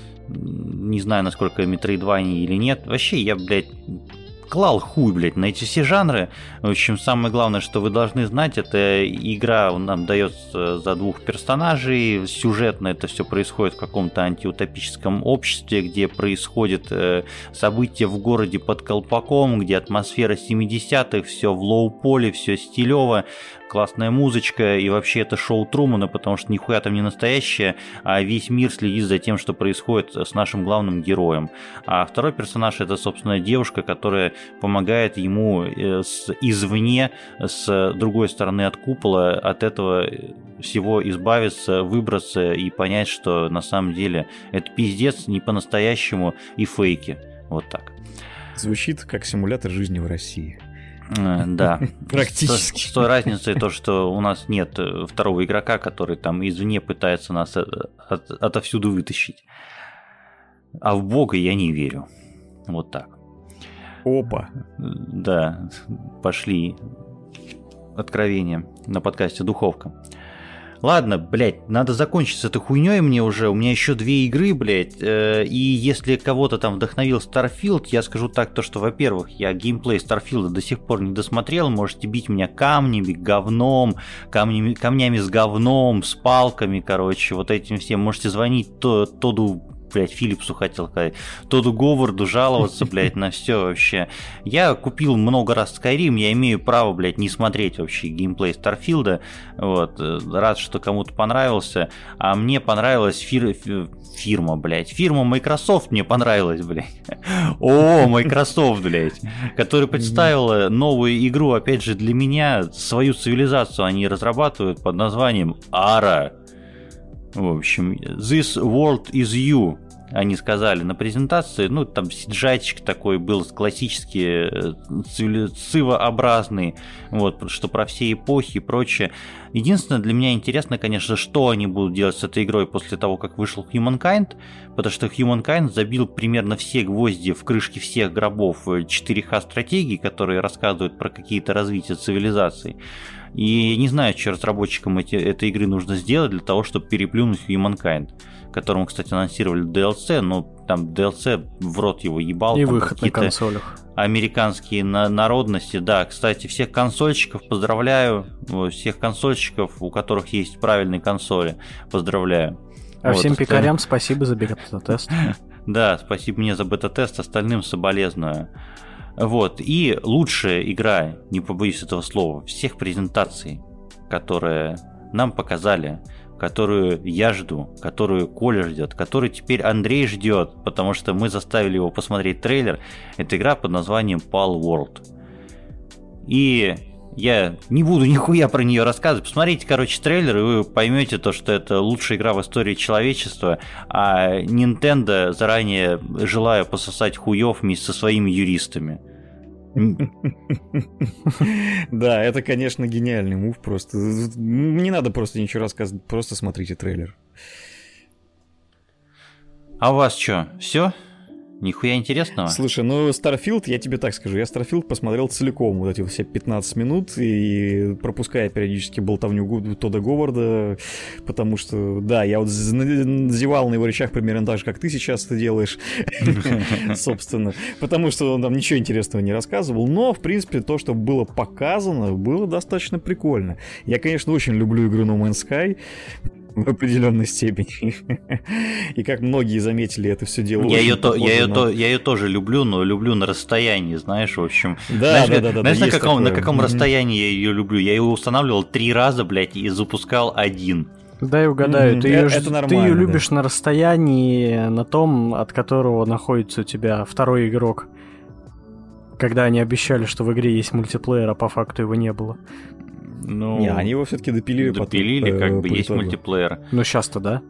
Не знаю, насколько Metroidvania или нет. Вообще, я, блядь, клал хуй, блядь, на эти все жанры. В общем, самое главное, что вы должны знать, это игра нам дается за 2 персонажей. Сюжетно это все происходит в каком-то антиутопическом обществе, где происходят события в городе под колпаком, где атмосфера 70-х, все в лоу-поле, все стилево, классная музычка, и вообще это шоу Трумана, потому что нихуя там не настоящее, а весь мир следит за тем, что происходит с нашим главным героем. А второй персонаж — это, собственно, девушка, которая помогает ему извне, с другой стороны от купола, от этого всего избавиться, выбраться и понять, что на самом деле это пиздец не по-настоящему и фейки. Вот так. Звучит как симулятор жизни в России. Да. Практически. С той разницей то, что у нас нет второго игрока, который там извне пытается нас отовсюду вытащить. А в Бога я не верю. Вот так. Опа. Да, пошли откровения на подкасте «Духовка». Ладно, блядь, надо закончить с этой хуйней мне уже. У меня еще 2 игры, блядь. И если кого-то там вдохновил Starfield, я скажу так, то что, во-первых, я геймплей Starfield до сих пор не досмотрел. Можете бить меня камнями, говном, камнями с говном, с палками, короче, вот этим всем. Можете звонить Тодду, блядь, Филлипсу хотел сказать, Тодду Говарду жаловаться, блядь, на все вообще. Я купил много раз Skyrim, я имею право, блядь, не смотреть вообще геймплей Старфилда. Вот, рад, что кому-то понравился. А мне понравилась фирма, блядь. Фирма Microsoft мне понравилась, блядь. О, Microsoft, блядь. Которая представила новую игру, опять же, для меня. Свою цивилизацию они разрабатывают под названием Ara. В общем, This World is You, они сказали на презентации. Ну, там сиджайчик такой был, классический, цивообразный, вот, что про все эпохи и прочее. Единственное, для меня интересно, конечно, что они будут делать с этой игрой после того, как вышел Humankind, потому что Humankind забил примерно все гвозди в крышке всех гробов 4Х стратегий, которые рассказывают про какие-то развития цивилизаций. И не знаю, что разработчикам этой игры нужно сделать для того, чтобы переплюнуть Humankind, которому, кстати, анонсировали DLC, но там DLC в рот его ебал. И выход на консолях. Американские народности. Да, кстати, всех консольщиков поздравляю. Всех консольщиков, у которых есть правильные консоли, поздравляю. А вот, всем пикарям спасибо за бета-тест. Да, спасибо мне за бета-тест, остальным соболезную. Вот, и лучшая игра, не побоюсь этого слова, всех презентаций, которые нам показали, которую я жду, которую Коля ждет, которую теперь Андрей ждет, потому что мы заставили его посмотреть трейлер. Это игра под названием Palworld. И я не буду нихуя про нее рассказывать. Посмотрите, короче, трейлер, и вы поймете то, что это лучшая игра в истории человечества, а Nintendo заранее желаю пососать хуев вместе со своими юристами. Да, это, конечно, гениальный мув просто. Не надо просто ничего рассказывать, просто смотрите трейлер. А у вас что, все? Нихуя интересного? Слушай, ну Starfield, я тебе так скажу, я Starfield посмотрел целиком, вот эти все 15 минут, и пропуская периодически болтовню Тодда Говарда, потому что, да, я вот зевал на его речах примерно так же, как ты сейчас это делаешь, собственно, потому что он там ничего интересного не рассказывал, но, в принципе, то, что было показано, было достаточно прикольно. Я, конечно, очень люблю игру No Man's Sky, в определенной степени. И как многие заметили, это все дело. Я ее тоже люблю, но люблю на расстоянии, знаешь, в общем. Да. Знаешь, на каком расстоянии я ее люблю? Я ее устанавливал 3 раза, блядь, и запускал 1. Дай угадаю, ты ее любишь на расстоянии, на том, от которого находится у тебя второй игрок. Когда они обещали, что в игре есть мультиплеер, а по факту его не было. Ну, не, они его все-таки допилили. Допилили, потом, как бы есть мультиплеер. Ну, сейчас-то, да?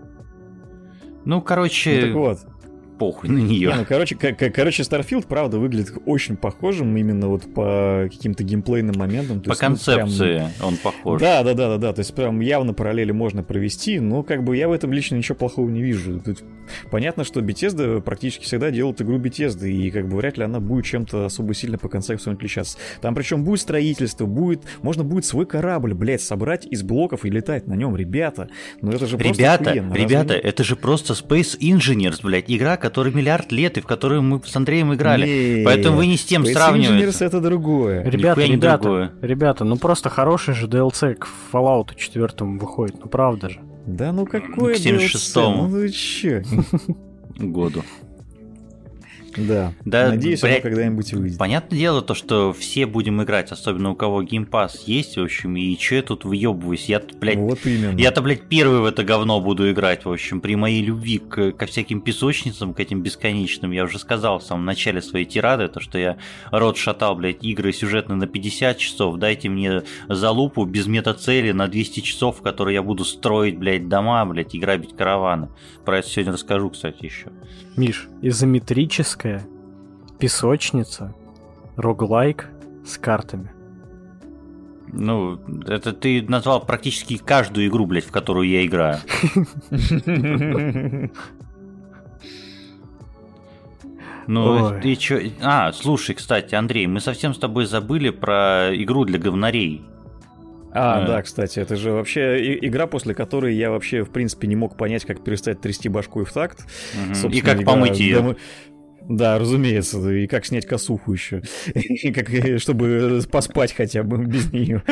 Ну, короче... Ну, так вот. Похуй на нее. Короче, Starfield, правда, выглядит очень похожим именно вот по каким-то геймплейным моментам. По концепции он похож. Да. То есть прям явно параллели можно провести, но как бы я в этом лично ничего плохого не вижу. Тут понятно, что Bethesda практически всегда делает игру Bethesda, и как бы вряд ли она будет чем-то особо сильно по концепции отличаться. Там причем будет строительство, можно будет свой корабль, блядь, собрать из блоков и летать на нем, ребята. Ну это же просто охуенно. Ребята, это же просто Space Engineers, блядь, игра, который миллиард лет, и в которую мы с Андреем играли. Поэтому вы не с тем сравниваете. Space Engineers это другое. Ребята, ну просто хороший же DLC к Fallout 4 выходит, ну правда же. Да ну какое к 76-му. Ну чё? Году. Да, надеюсь, оно когда-нибудь выйдет. Понятное дело, то, что все будем играть, особенно у кого Game Pass есть, в общем, и чё я тут въебываюсь? Я-то, блядь, вот именно. Я-то, блядь, первый в это говно буду играть, в общем, при моей любви ко всяким песочницам, к этим бесконечным. Я уже сказал в самом начале своей тирады, то, что я рот шатал, блядь, игры сюжетные на 50 часов, дайте мне залупу без метацели на 200 часов, в которые я буду строить, блядь, дома, блядь, и грабить караваны. Про это сегодня расскажу, кстати, еще. Миш, изометрическая песочница, роглайк с картами. Ну, это ты назвал практически каждую игру, блядь, в которую я играю. Ну, ты чё... слушай, кстати, Андрей, мы совсем с тобой забыли про игру для говнарей. Да, кстати, это же вообще игра, после которой я вообще, в принципе, не мог понять, как перестать трясти башку в такт. И как помыть ее. Да, разумеется, и как снять косуху еще, чтобы поспать хотя бы без нее.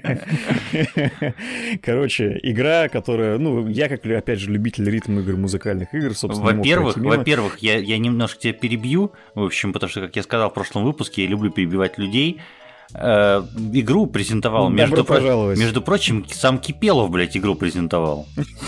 Короче, игра, которая, ну, я как, опять же, любитель ритм игр, музыкальных игр, собственно, Во-первых, я немножко тебя перебью, в общем, потому что, как я сказал в прошлом выпуске, я люблю перебивать людей. Игру презентовал, между прочим, сам Кипелов, блядь, игру презентовал.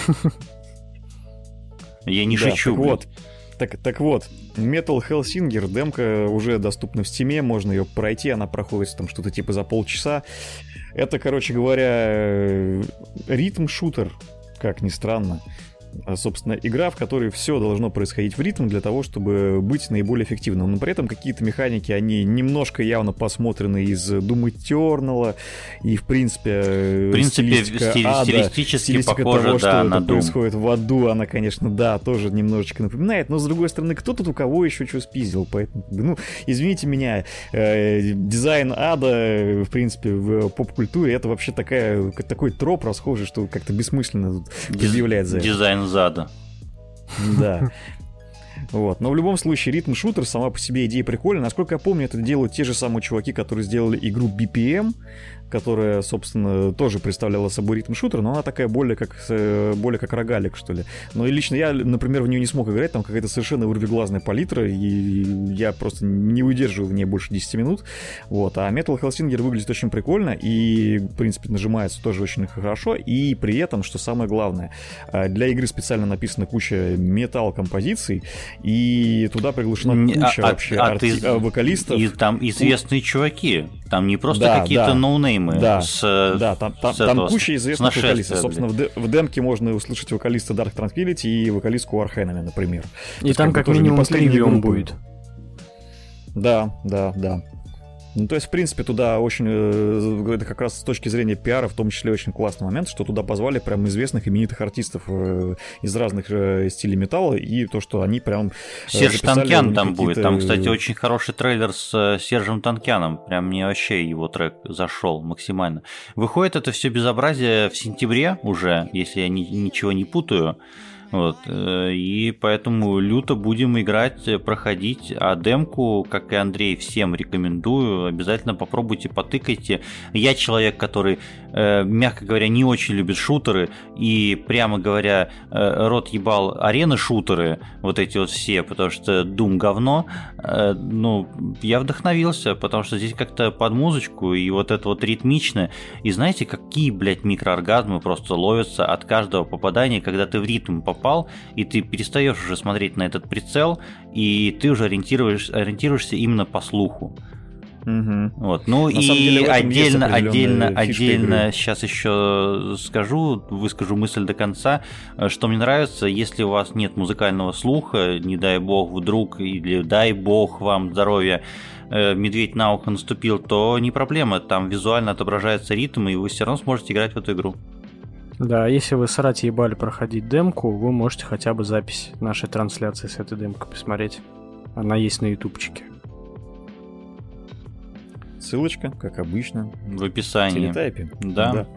Я не шучу, блядь. Так вот, Metal Hellsinger, демка уже доступна в Steam, можно ее пройти, она проходит там что-то типа за полчаса. Это, короче говоря, ритм-шутер, как ни странно. Собственно, игра, в которой все должно происходить в ритм для того, чтобы быть наиболее эффективным. Но при этом какие-то механики, они немножко явно посмотрены из Doom Eternal, и в принципе стилистически похоже, того, да, что на это происходит в аду, она, конечно, да, тоже немножечко напоминает, но с другой стороны, кто тут у кого еще что спиздил, поэтому, ну, извините меня, дизайн ада, в принципе, в поп-культуре, это вообще такой троп расхожий, что как-то бессмысленно предъявлять за это. Дизайн зада. Да. Вот. Но в любом случае, ритм-шутер сама по себе идея прикольная. Насколько я помню, это делают те же самые чуваки, которые сделали игру BPM, которая, собственно, тоже представляла собой ритм-шутер, но она такая более как рогалик, что ли. Но лично я, например, в нее не смог играть, там какая-то совершенно вырвиглазная палитра, и я просто не выдерживаю в ней больше 10 минут. Вот. А Metal Hellsinger выглядит очень прикольно, и, в принципе, нажимается тоже очень хорошо, и при этом, что самое главное, для игры специально написана куча металл-композиций, и туда приглашена куча вообще вокалистов. И там известные чуваки, там не просто какие-то ноунеймы. Там куча известных вокалистов. Собственно, в демке можно услышать вокалиста Dark Tranquillity и вокалистку Warhenemy, например. И там как минимум тривиум будет. Да. Ну, то есть, в принципе, туда очень, это как раз с точки зрения пиара, в том числе очень классный момент, что туда позвали прям известных именитых артистов из разных стилей металла, и то, что они прям Серж Танкян там будет. Там, кстати, очень хороший трейлер с Сержем Танкяном. Прям мне вообще его трек зашел максимально. Выходит это все безобразие в сентябре уже, если я ничего не путаю. Вот, и поэтому люто будем играть, проходить, а демку, как и Андрей, всем рекомендую, обязательно попробуйте, потыкайте. Я человек, который, мягко говоря, не очень любит шутеры, и, прямо говоря, рот ебал арены-шутеры, вот эти вот все, потому что Doom говно, ну, я вдохновился, потому что здесь как-то под музычку, и вот это вот ритмично, и знаете, какие, блядь, микрооргазмы просто ловятся от каждого попадания, когда ты в ритм попал, и ты перестаешь уже смотреть на этот прицел, и ты уже ориентируешься именно по слуху. Угу. Вот. Ну на и отдельно сейчас еще выскажу мысль до конца, что мне нравится, если у вас нет музыкального слуха, не дай бог вдруг, или дай бог вам здоровья, медведь на ухо наступил, то не проблема, там визуально отображается ритм, и вы все равно сможете играть в эту игру. Да, если вы срать ебали проходить демку, вы можете хотя бы запись нашей трансляции с этой демкой посмотреть. Она есть на ютубчике. Ссылочка, как обычно, в описании. В телетайпе. Да.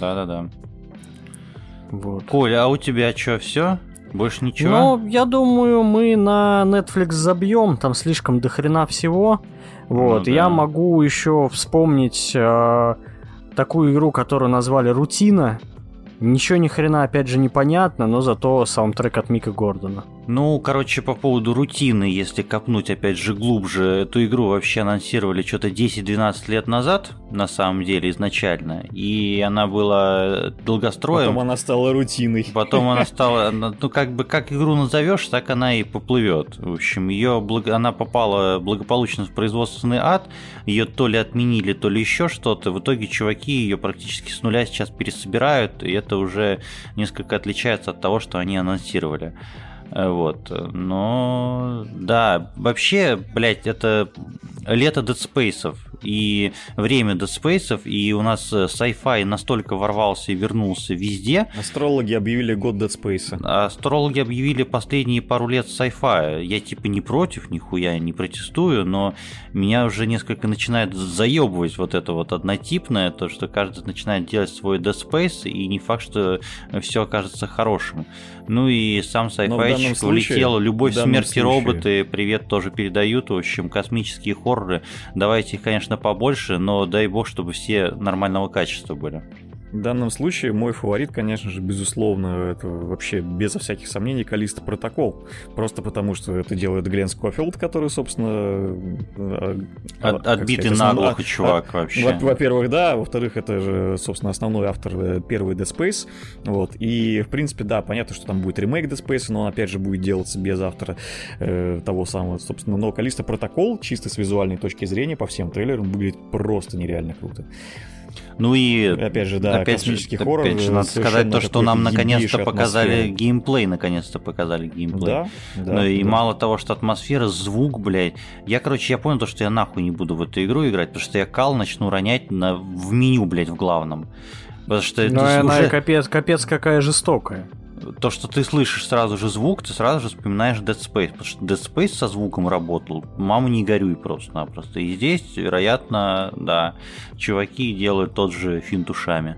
Вот. Коля, а у тебя что, все? Больше ничего? Ну, я думаю, мы на Netflix забьем, там слишком дохрена всего. Вот, ну, да. Я могу еще вспомнить такую игру, которую назвали «Рутина». Ничего ни хрена, опять же, непонятно, но зато саундтрек от Мика Гордона. Ну, короче, по поводу рутины, если копнуть, опять же, глубже, эту игру вообще анонсировали что-то 10-12 лет назад, на самом деле, изначально, и она была долгостроем. Потом она стала рутиной. Потом она стала, ну, как бы, как игру назовешь, так она и поплывет. В общем, она попала благополучно в производственный ад, ее то ли отменили, то ли еще что-то. В итоге чуваки ее практически с нуля сейчас пересобирают, и это уже несколько отличается от того, что они анонсировали. Вот, но да, вообще, блядь, это лето Dead Space'ов и время Dead Space'ов, и у нас sci-fi настолько ворвался и вернулся везде. Астрологи объявили год Dead Space. Астрологи объявили последние пару лет sci-fi. Я типа не против, нихуя не протестую, но меня уже несколько начинает заебывать вот это вот однотипное, то, что каждый начинает делать свой Dead Space, и не факт, что все окажется хорошим. Ну и сам sci-fi улетел. Любовь, смерть и роботы, привет тоже передают. В общем, космические хорроры. Давайте их, конечно, побольше, но дай бог, чтобы все нормального качества были. В данном случае мой фаворит, конечно же, безусловно, это вообще безо всяких сомнений Callisto Protocol. Просто потому, что это делает Глен Скофилд, который, собственно... Отбитый наглухо чувак вообще. Во-первых, да. Во-вторых, это же, собственно, основной автор первой Dead Space. Вот. И, в принципе, да, понятно, что там будет ремейк Dead Space, но он, опять же, будет делаться без автора того самого, собственно. Но Callisto Protocol, чисто с визуальной точки зрения, по всем трейлерам, выглядит просто нереально круто. Ну и опять же, да, космический хоррор. Опять же, надо сказать то, что нам наконец-то показали геймплей, Да. Ну и мало того, что атмосфера, звук, блядь. Я понял то, что я нахуй не буду в эту игру играть, потому что я кал начну ронять в меню, блядь, в главном. Потому что она уже... капец какая жестокая. То, что ты слышишь сразу же звук, ты сразу же вспоминаешь Dead Space, потому что Dead Space со звуком работал, мама не горюй просто-напросто. И здесь, вероятно, да, чуваки делают тот же финт ушами.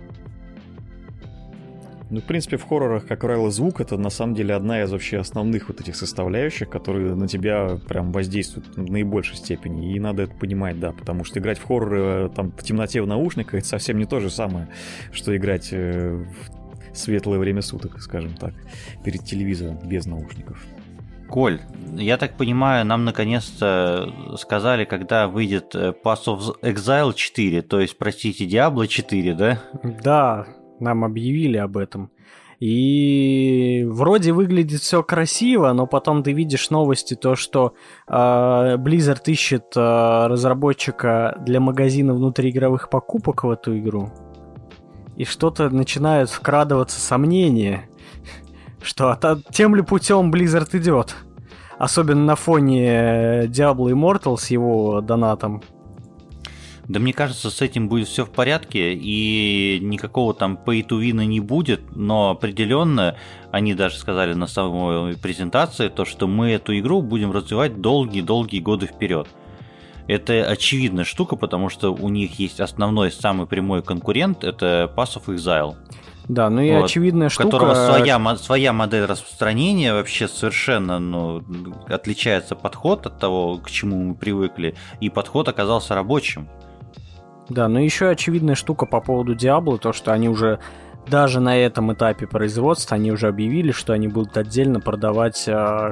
Ну, в принципе, в хоррорах, как правило, звук — это на самом деле одна из вообще основных вот этих составляющих, которые на тебя прям воздействуют в наибольшей степени. И надо это понимать, да, потому что играть в хорроры там в темноте в наушниках — это совсем не то же самое, что играть в светлое время суток, скажем так, перед телевизором без наушников. Коль, я так понимаю, нам наконец-то сказали, когда выйдет Path of Exile 4, то есть, простите, Diablo 4, да? Да, нам объявили об этом. И вроде выглядит все красиво, но потом ты видишь новости, то что Blizzard ищет разработчика для магазина внутриигровых покупок в эту игру. И что-то начинают вкрадываться сомнения, что тем ли путем Blizzard идет. Особенно на фоне Diablo Immortal с его донатом. Да мне кажется, с этим будет все в порядке, и никакого там pay-to-win не будет, но определенно, они даже сказали на самой презентации, то, что мы эту игру будем развивать долгие-долгие годы вперед. Это очевидная штука, потому что у них есть основной, самый прямой конкурент, это Pass of Exile. Да, ну и вот, очевидная штука... У которого своя модель распространения вообще совершенно отличается подход от того, к чему мы привыкли, и подход оказался рабочим. Да, но еще очевидная штука по поводу Diablo, то, что они уже даже на этом этапе производства, они уже объявили, что они будут отдельно продавать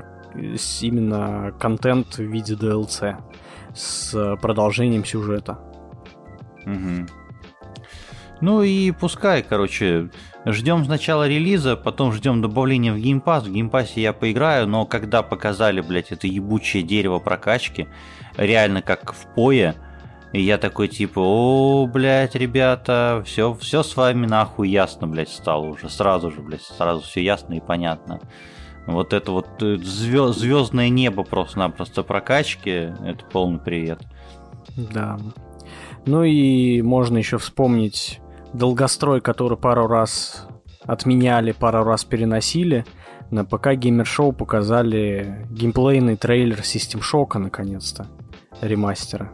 именно контент в виде DLC с продолжением сюжета. Угу. Ну и пускай, короче, ждем сначала релиза, потом ждем добавления в Game Pass. В Game Pass я поиграю, но когда показали, блядь, это ебучее дерево прокачки, реально как в PoE, и я такой типа, о, блядь, ребята, все с вами нахуй ясно, блядь, стало уже. Сразу все ясно и понятно. Вот это вот звездное небо просто-напросто прокачки, это полный привет. Да. Ну и можно еще вспомнить долгострой, который пару раз отменяли, пару раз переносили. На ПК Gamer Show показали геймплейный трейлер System Shock наконец-то. Ремастера.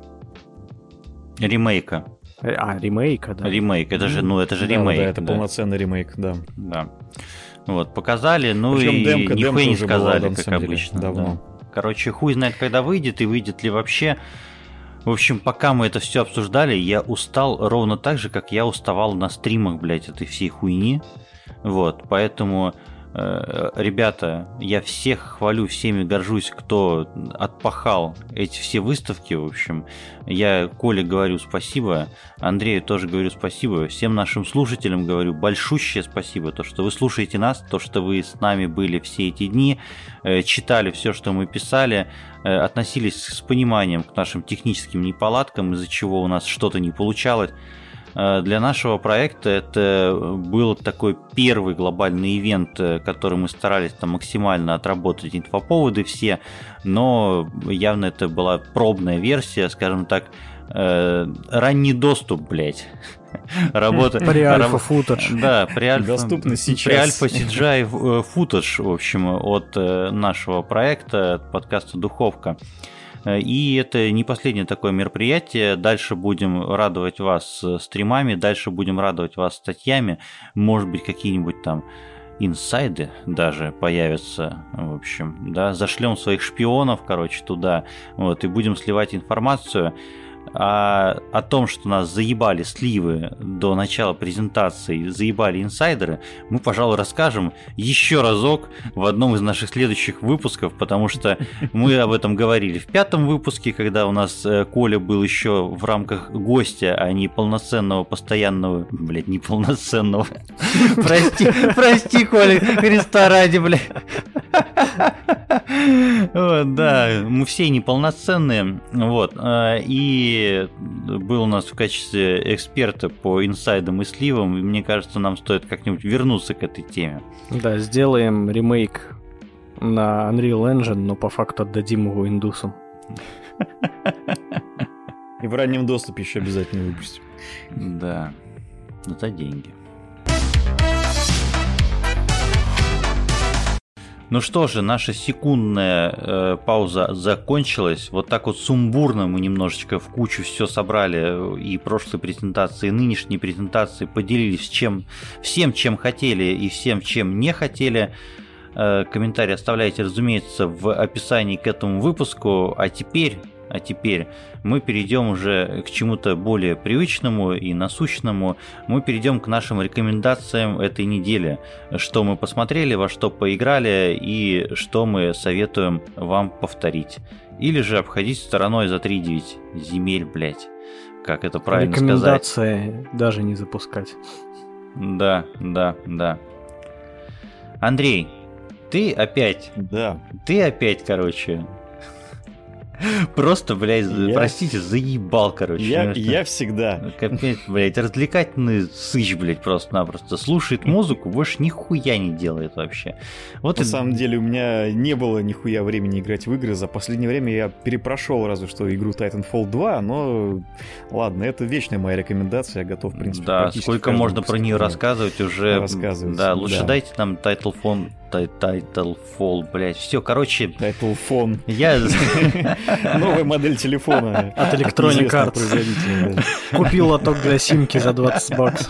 Ремейка. Ремейка, да. Ремейк, это же ремейк. Да, это полноценный ремейк, да. Да. Вот, показали, ну причем и нихуя не сказали, была, как обычно. Да. Короче, хуй знает, когда выйдет, и выйдет ли вообще. В общем, пока мы это все обсуждали, я устал ровно так же, как я уставал на стримах, блядь, этой всей хуйни. Вот, поэтому, ребята, я всех хвалю, всеми горжусь, кто отпахал эти все выставки, в общем. Я Коле говорю спасибо, Андрею тоже говорю спасибо, всем нашим слушателям говорю большущее спасибо, то, что вы слушаете нас, то, что вы с нами были все эти дни, читали все, что мы писали, относились с пониманием к нашим техническим неполадкам, из-за чего у нас что-то не получалось. Для нашего проекта это был такой первый глобальный ивент, который мы старались там максимально отработать инфоповоды все, но явно это была пробная версия, скажем так, ранний доступ, блядь. Работа. При альфа футаж. Да, при альфа. Доступно сейчас. При альфа CGI футаж, в общем, от нашего проекта, от подкаста «Духовка». И это не последнее такое мероприятие. Дальше будем радовать вас стримами, дальше будем радовать вас статьями. Может быть, какие-нибудь там инсайды даже появятся. В общем, да, зашлем своих шпионов, короче, туда. Вот, и будем сливать информацию. А о том, что нас заебали сливы до начала презентации, заебали инсайдеры, мы, пожалуй, расскажем еще разок в одном из наших следующих выпусков, потому что мы об этом говорили в 5-м выпуске, когда у нас Коля был еще в рамках гостя, а не полноценного постоянного... Блядь, не полноценного. Прости, Коля, Христа ради, блядь. Вот, да, мы все неполноценные, вот, и был у нас в качестве эксперта по инсайдам и сливам, и мне кажется, нам стоит как-нибудь вернуться к этой теме. Да, сделаем ремейк на Unreal Engine, но по факту отдадим его индусам. И в раннем доступе еще обязательно выпустим. Да, за деньги. Ну что же, наша секундная пауза закончилась. Вот так вот сумбурно мы немножечко в кучу все собрали. И прошлой презентации, и нынешней презентации поделились всем, чем хотели и всем, чем не хотели. Комментарии оставляйте, разумеется, в описании к этому выпуску. А теперь мы перейдем уже к чему-то более привычному и насущному. Мы перейдем к нашим рекомендациям этой недели. Что мы посмотрели, во что поиграли и что мы советуем вам повторить. Или же обходить стороной за 3-9 земель, блять. Как это правильно сказать? Рекомендации даже не запускать. Да. Андрей, ты опять... Да. Ты опять, короче... Просто, блядь, простите, заебал, короче. Я всегда. Капец, блядь, развлекательный сыч, блядь, просто-напросто. Слушает музыку, больше нихуя не делает вообще. Вот на самом деле у меня не было нихуя времени играть в игры. За последнее время я перепрошел разве что игру Titanfall 2, но ладно, это вечная моя рекомендация. Я готов, в принципе, да, сколько можно про нее рассказывать уже. Да, лучше дайте нам Titanfall, блядь, все, короче... Titanfall. Я... Новая модель телефона. От Electronic Arts. Купил лоток для симки за $20.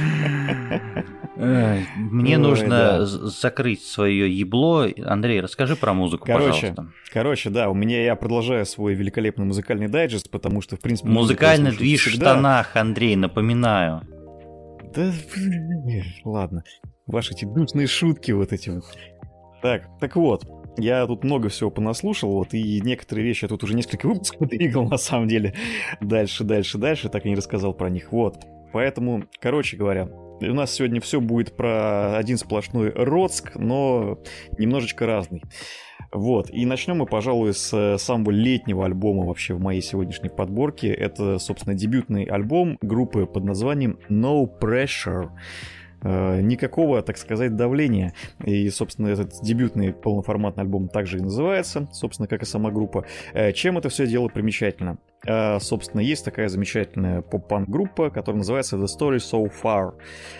Мне нужно закрыть свое ебло. Андрей, расскажи про музыку, пожалуйста. Короче, да, я продолжаю свой великолепный музыкальный дайджест, потому что, в принципе... Музыкальный движ в штанах, Андрей, напоминаю. Да, ладно. Ваши эти душные шутки вот эти вот. Так вот. Я тут много всего понаслушал, вот, и некоторые вещи я тут уже несколько выпусков двигал, на самом деле. Дальше, так и не рассказал про них, вот. Поэтому, короче говоря, у нас сегодня все будет про один сплошной Роцк, но немножечко разный. Вот, и начнем мы, пожалуй, с самого летнего альбома вообще в моей сегодняшней подборке. Это, собственно, дебютный альбом группы под названием No Pressure. Никакого, так сказать, давления. И, собственно, этот дебютный полноформатный альбом также и называется, собственно, как и сама группа. Чем это все дело примечательно? Собственно, есть такая замечательная поп-панк-группа, которая называется The Story So Far.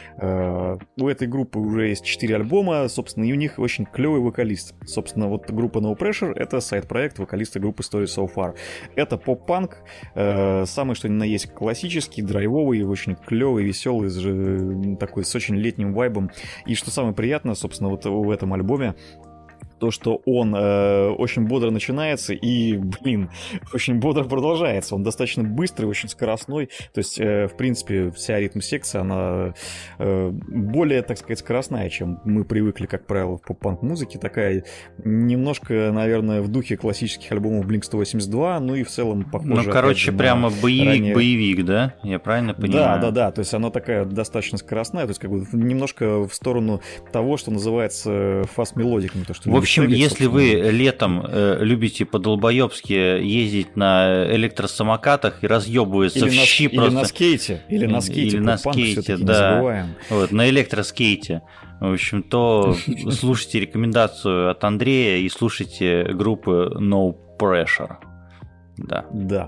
У этой группы уже есть 4 альбома, собственно, и у них очень клевый вокалист. Собственно, вот группа No Pressure — это сайд-проект вокалиста группы Story So Far. Это поп-панк, самый что ни на есть классический, драйвовый, очень клевый, веселый, такой с очень летним вайбом. И что самое приятное, собственно, вот в этом альбоме, то, что он очень бодро начинается и, очень бодро продолжается. Он достаточно быстрый, очень скоростной. То есть, в принципе, вся ритм-секция, она более, так сказать, скоростная, чем мы привыкли, как правило, в поп-панк-музыке. Такая немножко, наверное, в духе классических альбомов Blink-182, ну и в целом похоже... Ну, короче, прямо боевик, да? Я правильно понимаю? Да. То есть, она такая достаточно скоростная, то есть, как бы немножко в сторону того, что называется фаст-мелодиком. В общем, если вы летом любите по-долбоёбски ездить на электросамокатах и разъебываться в щи просто... Или на скейте. Или на скейте, да. Вот, на электроскейте. В общем, то слушайте рекомендацию от Андрея и слушайте группы No Pressure. Да.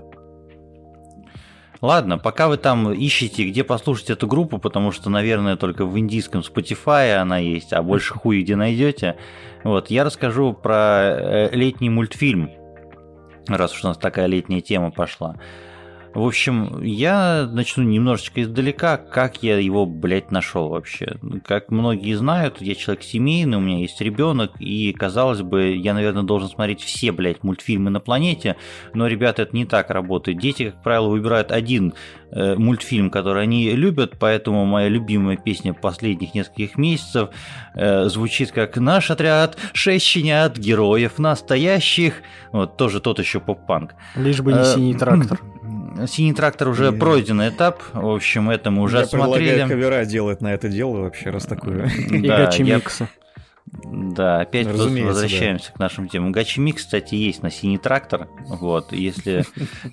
Ладно, пока вы там ищете, где послушать эту группу, потому что, наверное, только в индийском Spotify она есть, а больше хуй где найдете. Вот, я расскажу про летний мультфильм, раз уж у нас такая летняя тема пошла. В общем, я начну немножечко издалека, как я его, нашел вообще. Как многие знают, я человек семейный, у меня есть ребенок, и, казалось бы, я, наверное, должен смотреть все, мультфильмы на планете, но, ребята, это не так работает. Дети, как правило, выбирают один мультфильм, который они любят, поэтому моя любимая песня последних нескольких месяцев звучит как «Наш отряд, 6 щенят, героев настоящих». Вот, тоже тот еще поп-панк. Лишь бы не «Синий трактор». «Синий трактор» уже пройденный этап, в общем, это мы уже осмотрели. Я предлагаю кавера делать на это дело вообще, раз такое. И гачи-миксы. Да, опять возвращаемся к нашим темам. Гачи-микс, кстати, есть на «Синий трактор». Вот, если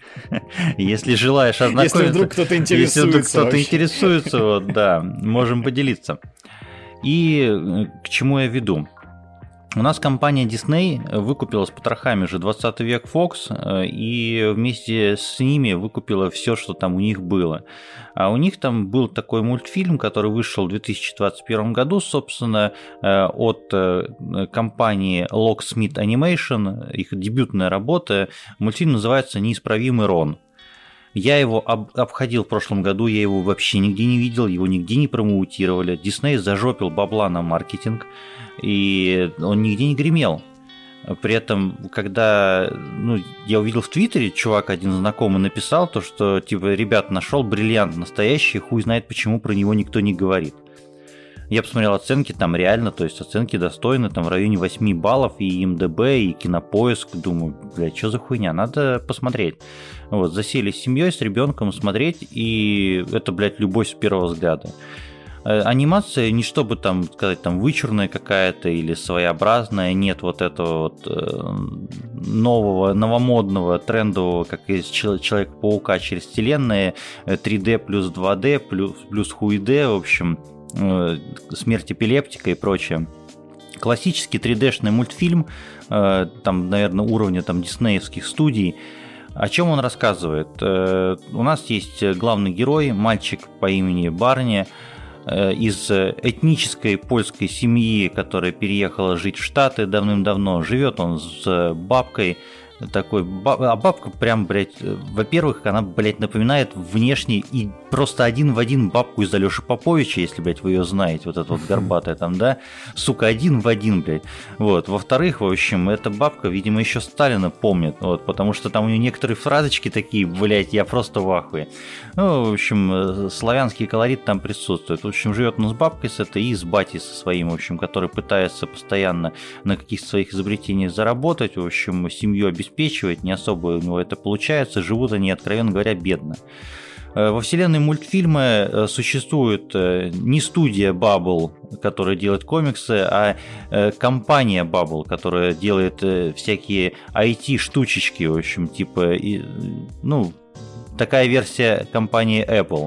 желаешь ознакомиться... Если вдруг кто-то интересуется. Вот, да, можем поделиться. И к чему я веду? У нас компания Disney выкупила с потрохами же 20 век Fox и вместе с ними выкупила все, что там у них было. А у них там был такой мультфильм, который вышел в 2021 году, собственно, от компании Locksmith Animation, их дебютная работа. Мультфильм называется «Неисправимый Рон». Я его обходил в прошлом году, я его вообще нигде не видел, его нигде не промоутировали. Disney зажопил бабла на маркетинг, и он нигде не гремел. При этом, когда я увидел в Твиттере, чувак один знакомый написал, то, что, типа, ребят, нашел бриллиант настоящий, хуй знает, почему про него никто не говорит. Я посмотрел оценки, там реально, то есть оценки достойны, там в районе 8 баллов, и МДБ, и Кинопоиск. Думаю, что за хуйня, надо посмотреть. Вот, засели с семьей, с ребенком смотреть, и это, любовь с первого взгляда. Анимация не чтобы там сказать там вычурная какая-то или своеобразная, нет вот этого вот новомодного, трендового, как из Человека-паука через вселенные, 3D плюс 2D плюс хуй-D, в общем, смерть эпилептика и прочее. Классический 3D-шный мультфильм, там, наверное, уровня там диснеевских студий. О чем он рассказывает? У нас есть главный герой, мальчик по имени Барни, из этнической польской семьи, которая переехала жить в Штаты давным-давно. Живет он с бабкой такой, а бабка прям, блядь, во-первых, она, блядь, напоминает внешне и просто один в один бабку из Алёши Поповича, если, блядь, вы ее знаете, вот эта вот горбатая там, да, сука, один в один, блядь, вот, во-вторых, в общем, эта бабка, видимо, еще Сталина помнит, вот, потому что там у нее некоторые фразочки такие, блядь, я просто в ахуе, ну, в общем, славянский колорит там присутствует, в общем, живет он с бабкой с этой и с батей со своим, в общем, который пытается постоянно на каких-то своих изобретениях заработать, в общем, семью обеспечивать, не особо у него это получается, живут они, откровенно говоря, бедно. Во вселенной мультфильма существует не студия Bubble, которая делает комиксы, а компания Bubble, которая делает всякие IT-штучечки, в общем, типа, ну, такая версия компании Apple.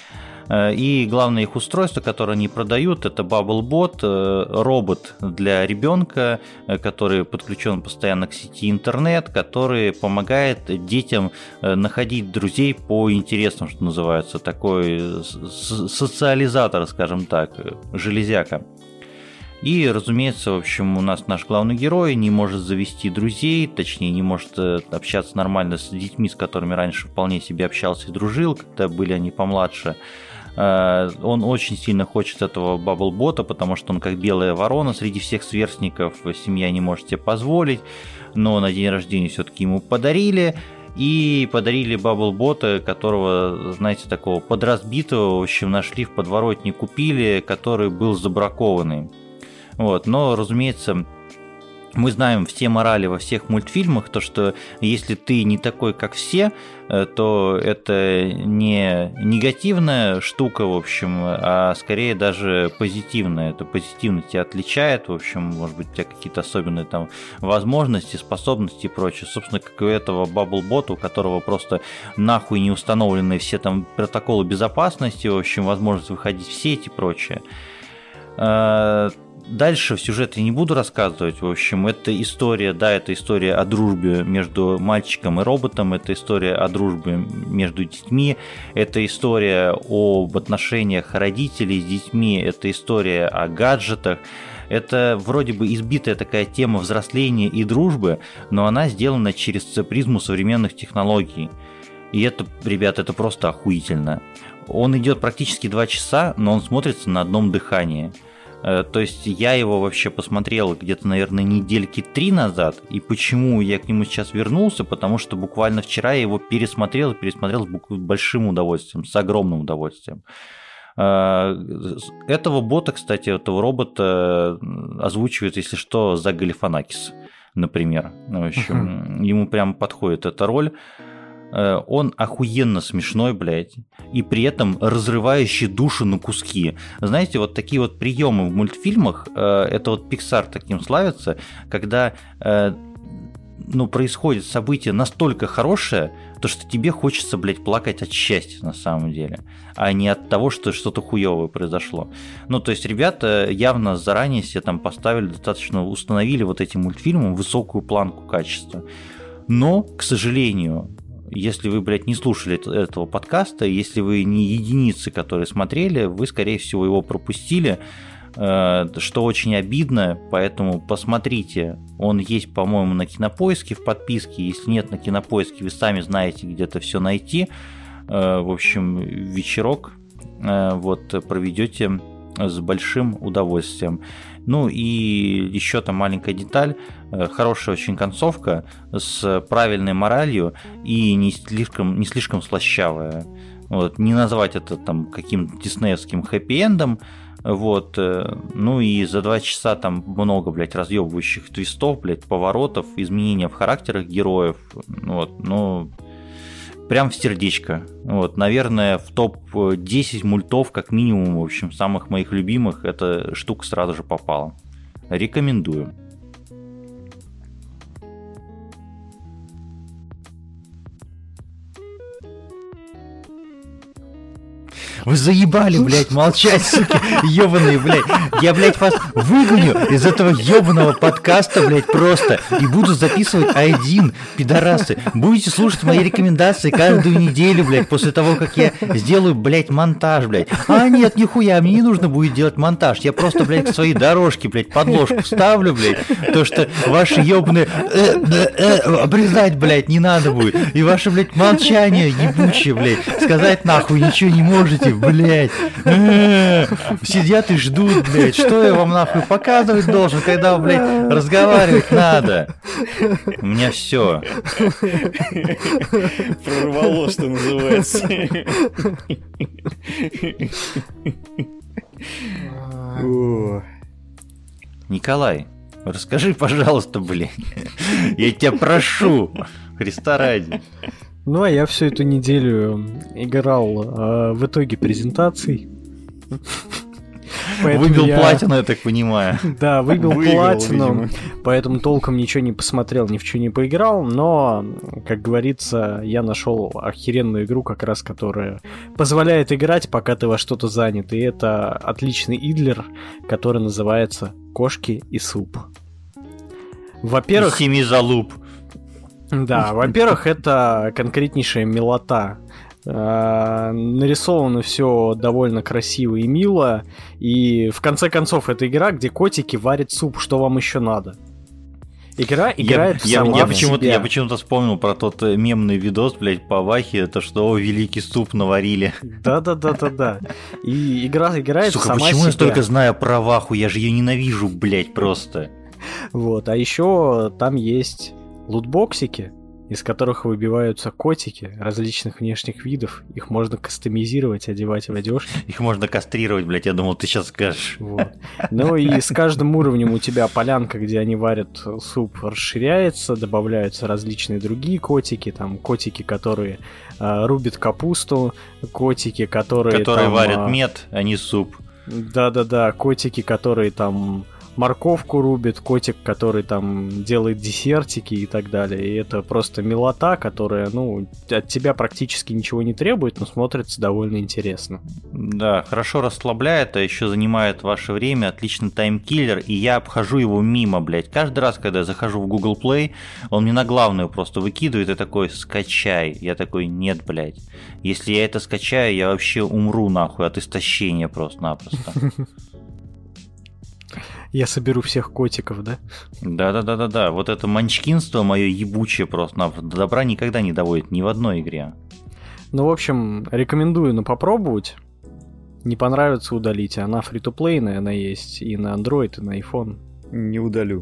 И главное их устройство, которое они продают, это BubbleBot, робот для ребенка, который подключен постоянно к сети интернет, который помогает детям находить друзей по интересам, что называется, такой социализатор, скажем так, железяка. И, разумеется, в общем, у нас наш главный герой не может завести друзей, точнее, не может общаться нормально с детьми, с которыми раньше вполне себе общался и дружил, когда были они помладше. Он очень сильно хочет этого BubbleBot, потому что он как белая ворона среди всех сверстников, семья не может себе позволить, но на день рождения все-таки ему подарили. И подарили BubbleBot, которого, знаете, такого подразбитого, в общем, нашли в подворотне, купили, который был забракованный. Вот. Но, разумеется, мы знаем все морали во всех мультфильмах, то что если ты не такой, как все, то это не негативная штука, в общем, а скорее даже позитивная. Это позитивно тебя отличает, в общем, может быть, у тебя какие-то особенные там возможности, способности и прочее. Собственно, как и у этого BubbleBot, у которого просто нахуй не установлены все там протоколы безопасности, в общем, возможность выходить в сеть и прочее. Дальше в сюжете не буду рассказывать, в общем, это история, да, это история о дружбе между мальчиком и роботом, это история о дружбе между детьми, это история об отношениях родителей с детьми, это история о гаджетах. Это вроде бы избитая такая тема взросления и дружбы, но она сделана через призму современных технологий. И это, ребят, это просто охуительно. Он идет практически 2 часа, но он смотрится на одном дыхании. То есть я его вообще посмотрел где-то, наверное, недельки 3 назад. И почему я к нему сейчас вернулся? Потому что буквально вчера я его пересмотрел с большим удовольствием, с огромным удовольствием. Этого бота, кстати, этого робота озвучивает, если что, Зак Галифанакис, например. В общем, ему прям подходит эта роль. Он охуенно смешной, блядь, и при этом разрывающий душу на куски. Знаете, вот такие вот приемы в мультфильмах, это вот Pixar таким славится, когда происходит событие настолько хорошее, то что тебе хочется, блядь, плакать от счастья на самом деле, а не от того, что что-то хуёвое произошло. Ну, то есть ребята явно заранее себе там поставили, достаточно установили вот этим мультфильмам высокую планку качества. Но, к сожалению, если вы, блядь, не слушали этого подкаста, если вы не единицы, которые смотрели, вы, скорее всего, его пропустили, что очень обидно, поэтому посмотрите. Он есть, по-моему, на Кинопоиске в подписке. Если нет на Кинопоиске, вы сами знаете, где это все найти. В общем, вечерок вот проведете с большим удовольствием. Ну и еще там маленькая деталь, хорошая очень концовка с правильной моралью и не слишком слащавая. Вот, не назвать это там каким-то диснеевским хэппи-эндом. Вот, ну и за 2 часа там много, блядь, разъебывающих твистов, блядь, поворотов, изменения в характерах героев. Вот, ну, прям в сердечко. Вот, наверное, в топ-10 мультов, как минимум, в общем, самых моих любимых, эта штука сразу же попала. Рекомендую. Вы заебали, блядь, молчать, суки, ёбаные, блядь. Я, блядь, вас выгоню из этого ёбаного подкаста, блядь, просто. И буду записывать один, пидорасы. Будете слушать мои рекомендации каждую неделю, блядь, после того, как я сделаю, блядь, монтаж, блядь. А нет, нихуя, мне не нужно будет делать монтаж. Я просто, блядь, к своей дорожке, блядь, подложку ставлю, блядь. То, что ваши ёбаные обрезать, блядь, не надо будет. И ваше, блядь, молчание ебучее, блядь. Сказать нахуй ничего не можете, блядь. Сидят и ждут, блядь. Что я вам нахуй показывать должен, когда, блядь, разговаривать надо? У меня все. Прорвало, что называется. Николай, расскажи, пожалуйста, блядь. Я тебя прошу. Христа ради. Ну, а я всю эту неделю играл в итоге презентаций. Выбил платину, я так понимаю. Да, выбил платину, поэтому толком ничего не посмотрел, ни в что не поиграл, но, как говорится, я нашел охеренную игру, как раз которая позволяет играть, пока ты во что-то занят, и это отличный идлер, который называется «Кошки и суп». Во-первых... Семи залуп. Да, во-первых, это конкретнейшая милота. Нарисовано все довольно красиво и мило. И в конце концов, это игра, где котики варят суп. Что вам еще надо? Игра играет сама в себя. Я почему-то вспомнил про тот мемный видос, блядь, по Вахе, то что великий суп наварили. Да. И игра играет сама сама почему себя. Я столько знаю про Ваху? Я же ее ненавижу, блядь, просто. Вот, а еще там есть лутбоксики, из которых выбиваются котики различных внешних видов. Их можно кастомизировать, одевать в одежки. Их можно кастрировать, блядь, я думал, ты сейчас скажешь. Вот. Ну и с каждым уровнем у тебя полянка, где они варят суп, расширяется, добавляются различные другие котики, там котики, которые рубят капусту, котики, которые там, варят мед, а не суп. Да-да-да, котики, которые там морковку рубит, котик, который там делает десертики и так далее. И это просто милота, которая, ну, от тебя практически ничего не требует, но смотрится довольно интересно. Да, хорошо расслабляет, а еще занимает ваше время, отличный таймкиллер, и я обхожу его мимо, блядь. Каждый раз, когда я захожу в Google Play, он мне на главную просто выкидывает и такой: скачай. Я такой: нет, блядь. Если я это скачаю, я вообще умру нахуй от истощения просто-напросто. Я соберу всех котиков, да? Да. Вот это манчкинство мое ебучее просто до добра никогда не доводит ни в одной игре. Ну, в общем, рекомендую попробовать. Не понравится — удалите. Она фри-то-плейная, она есть и на Android, и на iPhone. Не удалю.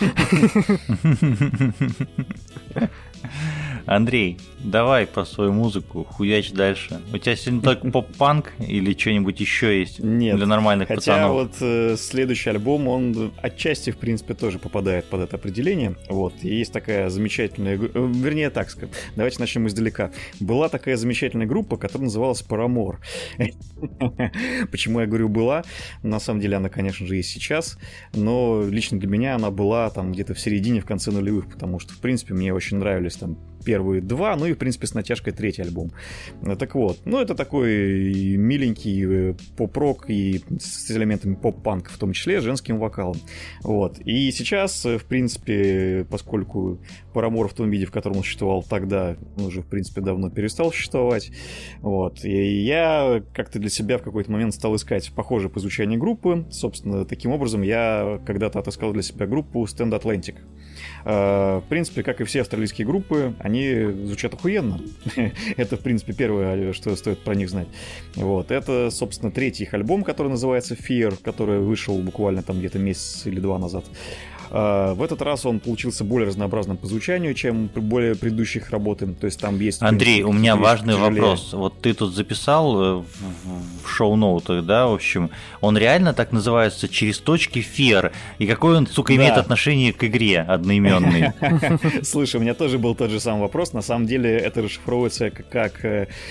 Андрей, давай про свою музыку, хуяч дальше. У тебя сегодня только поп-панк или что-нибудь еще есть? Нет, для нормальных пацанов? Хотя вот следующий альбом, он отчасти, в принципе, тоже попадает под это определение. Вот, и есть такая замечательная... Вернее, так скажем. Давайте начнем издалека. Была такая замечательная группа, которая называлась Paramore. Почему я говорю «была»? На самом деле она, конечно же, есть сейчас, но лично для меня она была там где-то в середине, в конце нулевых, потому что, в принципе, мне очень нравились там первые два, ну и, в принципе, с натяжкой третий альбом. Так вот, ну это такой миленький поп-рок и с элементами поп-панка, в том числе, женским вокалом. Вот. И сейчас, в принципе, поскольку Paramore в том виде, в котором он существовал тогда, он уже, в принципе, давно перестал существовать. Вот. И я как-то для себя в какой-то момент стал искать похожее по звучанию группы. Собственно, таким образом я когда-то отыскал для себя группу Stand Atlantic. В принципе, как и все австралийские группы, они звучат охуенно. Это, в принципе, первое, что стоит про них знать. Вот. Это, собственно, третий их альбом, который называется Fear, который вышел буквально там где-то месяц или два назад. В этот раз он получился более разнообразным по звучанию, чем более предыдущих работ. То есть там есть... Андрей, у меня важный вопрос. Вот ты тут записал в шоу-ноутах, да, в общем, он реально так называется «Через точки Fear», и какое он, сука, имеет отношение к игре одноименной? Слушай, у меня тоже был тот же самый вопрос. На самом деле это расшифровывается как...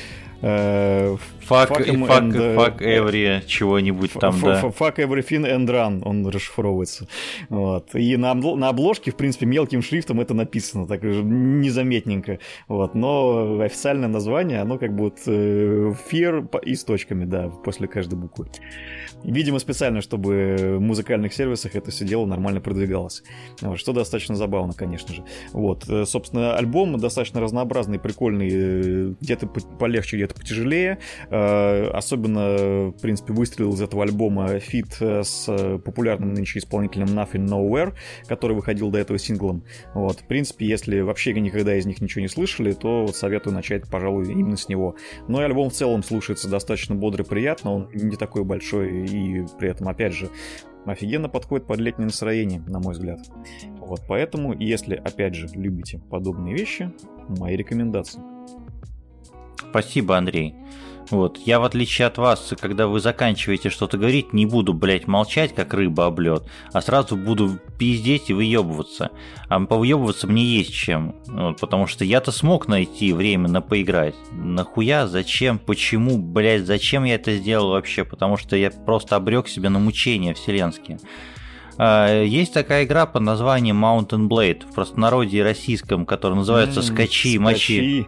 Fuck every чего-нибудь там, да. Fuck everything and run, он расшифровывается. Вот. И на обложке, в принципе, мелким шрифтом это написано, так незаметненько. Вот. Но официальное название, оно как бы вот Fear и с точками, да, после каждой буквы. Видимо, специально, чтобы в музыкальных сервисах это все дело нормально продвигалось. Вот, что достаточно забавно, конечно же. Вот. Собственно, альбом достаточно разнообразный, прикольный, где-то полегче, где-то потяжелее. Особенно, в принципе, выстрелил из этого альбома фит с популярным нынче исполнителем Nothing Nowhere, который выходил до этого синглом. Вот. В принципе, если вообще никогда из них ничего не слышали, то вот советую начать, пожалуй, именно с него. Но и альбом в целом слушается достаточно бодро и приятно, он не такой большой и при этом, опять же, офигенно подходит под летнее настроение, на мой взгляд. Вот, поэтому, если, опять же, любите подобные вещи, мои рекомендации. Спасибо, Андрей. Вот, я, в отличие от вас, когда вы заканчиваете что-то говорить, не буду, блять, молчать, как рыба об лед, а сразу буду пиздеть и выебываться. А повыебываться мне есть чем. Вот, потому что я-то смог найти время на поиграть. Нахуя? Зачем? Почему? Блять, зачем я это сделал вообще? Потому что я просто обрек себя на мучения вселенские. Есть такая игра под названием Mountain Blade, в простонародье российском, которая называется «Скачи, мочи».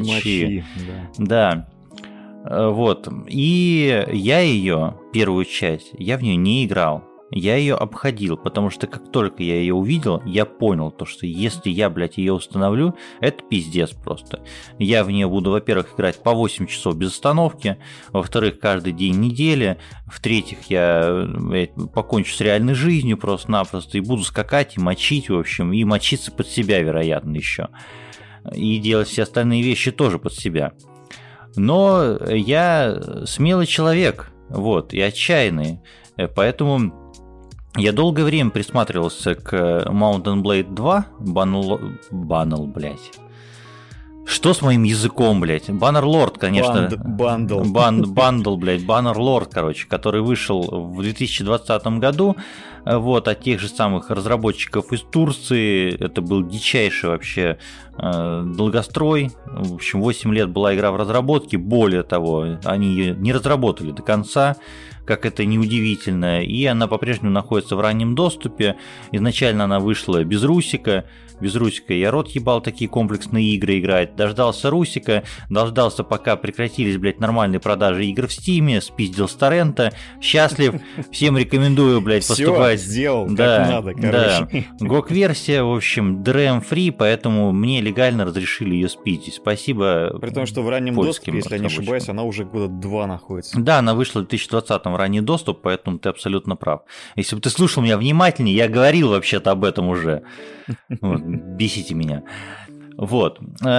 Да. Вот. И я ее, первую часть, я в нее не играл. Я ее обходил, потому что как только я ее увидел, я понял то, что если я, блядь, ее установлю, это пиздец просто. Я в нее буду, во-первых, играть по 8 часов без остановки, во-вторых, каждый день недели, в-третьих, я покончу с реальной жизнью просто-напросто и буду скакать и мочить, в общем, и мочиться под себя, вероятно, еще. И делать все остальные вещи тоже под себя. Но я смелый человек, вот, и отчаянный, поэтому я долгое время присматривался к Mountain Blade 2, Bannerlord, блядь. Что с моим языком, блядь? Bannerlord, конечно. Bundle, блядь, Bannerlord, короче, который вышел в 2020 году, вот, от тех же самых разработчиков из Турции. Это был дичайший вообще долгострой. В общем, 8 лет была игра в разработке. Более того, они ее не разработали до конца, как это неудивительно, и она по-прежнему находится в раннем доступе. Изначально она вышла без русика. Без русика я рот ебал такие комплексные игры играть. Дождался русика, дождался, пока прекратились, блядь, нормальные продажи игр в Стиме, спиздил с торрента. Счастлив, всем рекомендую, блядь, поступать. Все сделал, как надо, короче. Да, GOG-версия, в общем, DRM-free, поэтому мне легально разрешили ее спиздить. Спасибо. При том, что в раннем доступе, если я не ошибаюсь, она уже года 2 находится. Да, она вышла в 2020-м в ранний доступ, поэтому ты абсолютно прав. Если бы ты слушал меня внимательнее, я говорил вообще-то об этом уже. Вот, бесите меня. Вот.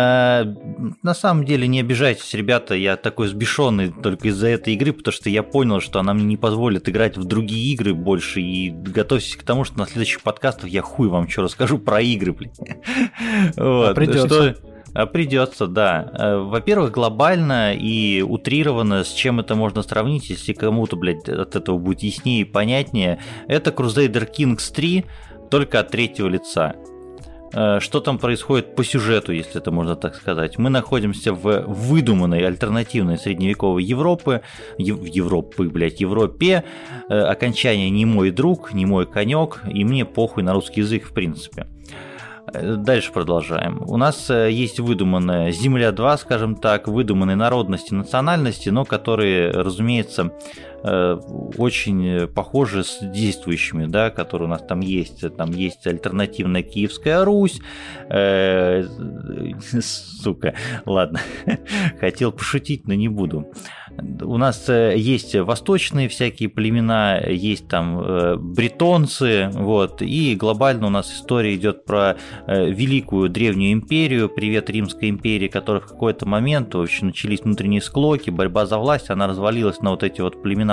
На самом деле не обижайтесь, ребята, я такой взбешенный только из-за этой игры, потому что я понял, что она мне не позволит играть в другие игры больше, и готовьтесь к тому, что на следующих подкастах я хуй вам что расскажу про игры, блин. Вот. Придется. Придется, да. Во-первых, глобально и утрированно, с чем это можно сравнить, если кому-то, блядь, от этого будет яснее и понятнее, это Crusader Kings 3, только от третьего лица. Что там происходит по сюжету, если это можно так сказать? Мы находимся в выдуманной альтернативной средневековой Европе, окончание «не мой друг», «не мой конек», и мне похуй на русский язык в принципе. Дальше продолжаем. У нас есть выдуманная Земля 2, скажем так, выдуманные народности, национальности, но которые, разумеется, очень похожи с действующими, да, которые у нас там есть. Там есть альтернативная Киевская Русь. Сука, ладно. Хотел пошутить, но не буду. У нас есть восточные всякие племена, есть там бретонцы, вот, и глобально у нас история идет про великую древнюю империю, привет Римской империи, которая в какой-то момент, в общем, начались внутренние склоки, борьба за власть, она развалилась на вот эти вот племена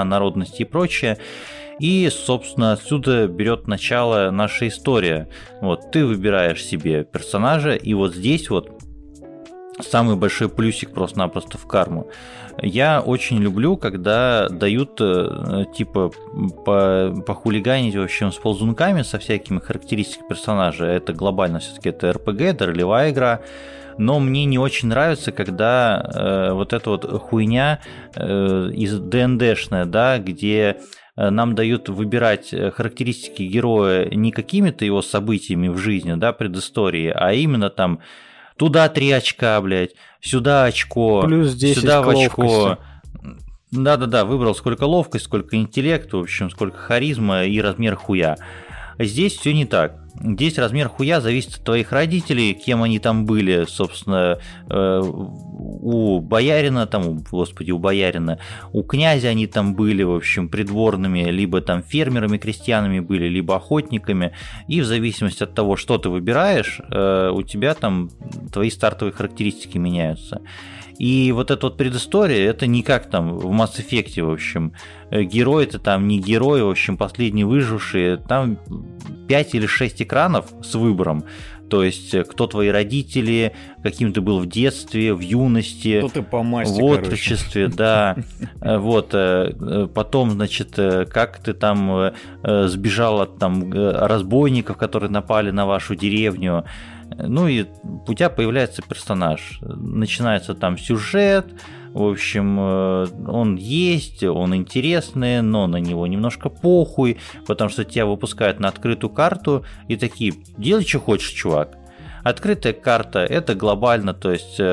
племена, народности и прочее. И, собственно, отсюда берет начало наша история. Вот, ты выбираешь себе персонажа, и вот здесь вот самый большой плюсик просто-напросто в карму. Я очень люблю, когда дают типа похулиганить, в общем, с ползунками, со всякими характеристиками персонажа. Это глобально все-таки это РПГ, это ролевая игра. Но мне не очень нравится, когда вот эта вот хуйня из ДНДшная, да, где нам дают выбирать характеристики героя не какими-то его событиями в жизни, да, предыстории, а именно там туда 3 очка, блядь, сюда очко, плюс 10 сюда в очко. ловкости. Да-да-да, выбрал сколько ловкость, сколько интеллект, в общем, сколько харизма и размер хуя. Здесь все не так. Здесь размер хуя зависит от твоих родителей, кем они там были, собственно, у боярина, там, господи, у боярина, у князя они там были, в общем, придворными, либо там фермерами, крестьянами были, либо охотниками, и в зависимости от того, что ты выбираешь, у тебя там твои стартовые характеристики меняются. И вот эта вот предыстория, это не как там в Mass Effect, в общем, герой это там не герой, в общем, последний выживший, там 5 или 6 экранов с выбором, то есть кто твои родители, каким ты был в детстве, в юности, кто ты по масти, в отрочестве, да, вот, потом, значит, как ты там сбежал от там разбойников, которые напали на вашу деревню. Ну и у тебя появляется персонаж, начинается там сюжет, в общем, он есть, он интересный, но на него немножко похуй, потому что тебя выпускают на открытую карту и такие, делай, что хочешь, чувак. Открытая карта — это глобально, то есть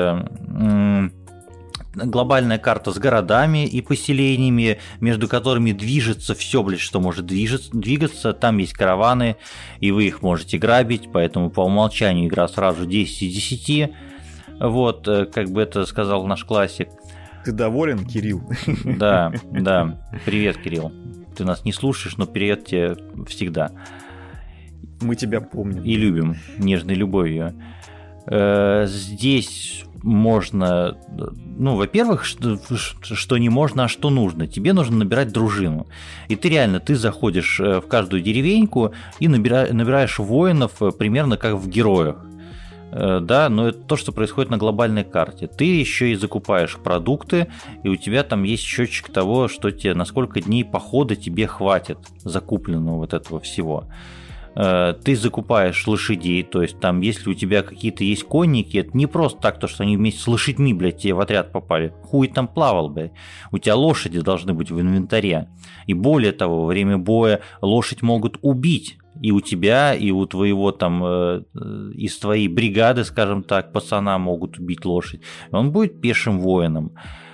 глобальная карта с городами и поселениями, между которыми движется все, блядь, что может двигаться. Там есть караваны, и вы их можете грабить, поэтому по умолчанию игра сразу 10 из 10. Вот, как бы это сказал наш классик. Ты доволен, Кирилл? Да, да. Привет, Кирилл. Ты нас не слушаешь, но привет тебе всегда. Мы тебя помним. И любим нежной любовью. Здесь можно, ну, во-первых, что не можно, а что нужно. Тебе нужно набирать дружину. И ты реально, ты заходишь в каждую деревеньку и набираешь воинов примерно как в героях. Да, но это то, что происходит на глобальной карте. Ты еще и закупаешь продукты, и у тебя там есть счетчик того, что тебе, на сколько дней похода тебе хватит закупленного вот этого всего. Ты закупаешь лошадей, то есть там, если у тебя какие-то есть конники, это не просто так, то, что они вместе с лошадьми, блядь, тебе в отряд попали. Хуй там плавал, блядь. У тебя лошади должны быть в инвентаре. И более того, во время боя лошадь могут убить. И у тебя, и у твоего там, из твоей бригады, скажем так, пацана могут убить лошадь. Он будет пешим воином.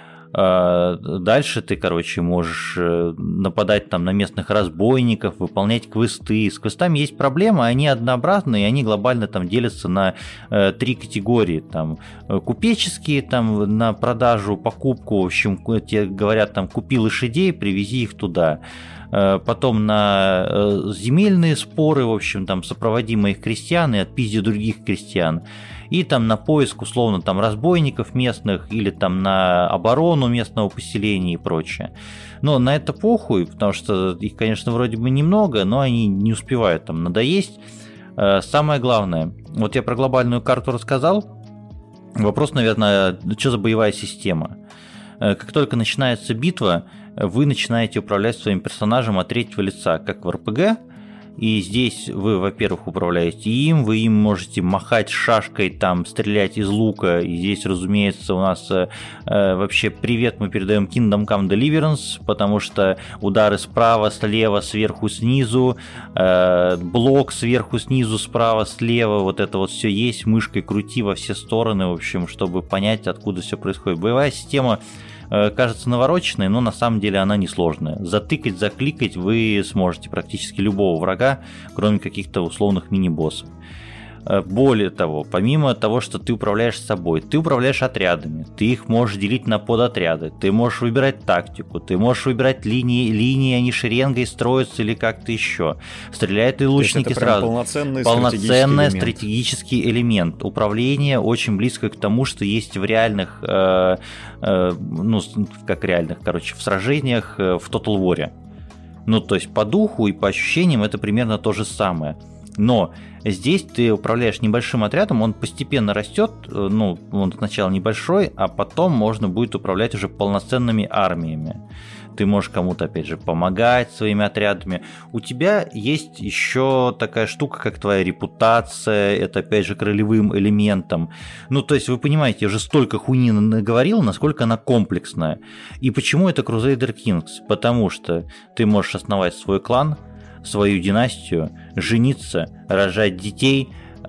Дальше ты, короче, можешь нападать там на местных разбойников, выполнять квесты. С квестами есть проблема, они однообразные, и они глобально там делятся на 3 категории. Там купеческие, там на продажу, покупку, в общем, тебе говорят, там, купи лошадей, привези их туда. Потом на земельные споры, в общем, там сопроводи моих крестьян и отпизди других крестьян. И там на поиск, условно, там разбойников местных или там на оборону местного поселения и прочее. Но на это похуй, потому что их, конечно, вроде бы немного, но они не успевают там надоесть. Самое главное, вот я про глобальную карту рассказал. Вопрос, наверное, что за боевая система? Как только начинается битва, вы начинаете управлять своим персонажем от третьего лица, как в РПГ. И здесь вы, во-первых, управляете им, вы им можете махать шашкой, там, стрелять из лука. И здесь, разумеется, у нас вообще привет мы передаем Kingdom Come Deliverance, потому что удары справа, слева, сверху, снизу, блок сверху, снизу, справа, слева, вот это вот все есть, мышкой крути во все стороны, в общем, чтобы понять, откуда все происходит. Боевая система кажется навороченной, но на самом деле она несложная. Затыкать, закликать вы сможете практически любого врага, кроме каких-то условных мини-боссов. Более того, помимо того, что ты управляешь собой, ты управляешь отрядами, ты их можешь делить на подотряды, ты можешь выбирать тактику, ты можешь выбирать линии, они шеренгой строятся или как-то еще. Стреляют и лучники сразу. Полноценный стратегический элемент. Управление очень близко к тому, что есть в реальных, в сражениях в Total War. Ну, то есть по духу и по ощущениям это примерно то же самое. Но здесь ты управляешь небольшим отрядом, он постепенно растет, ну, он сначала небольшой, а потом можно будет управлять уже полноценными армиями. Ты можешь кому-то, опять же, помогать своими отрядами. У тебя есть еще такая штука, как твоя репутация, это, опять же, к ролевым элементам. Ну, то есть, вы понимаете, я уже столько хуйни наговорил, насколько она комплексная. И почему это Crusader Kings? Потому что ты можешь основать свой клан, свою династию, жениться, рожать детей.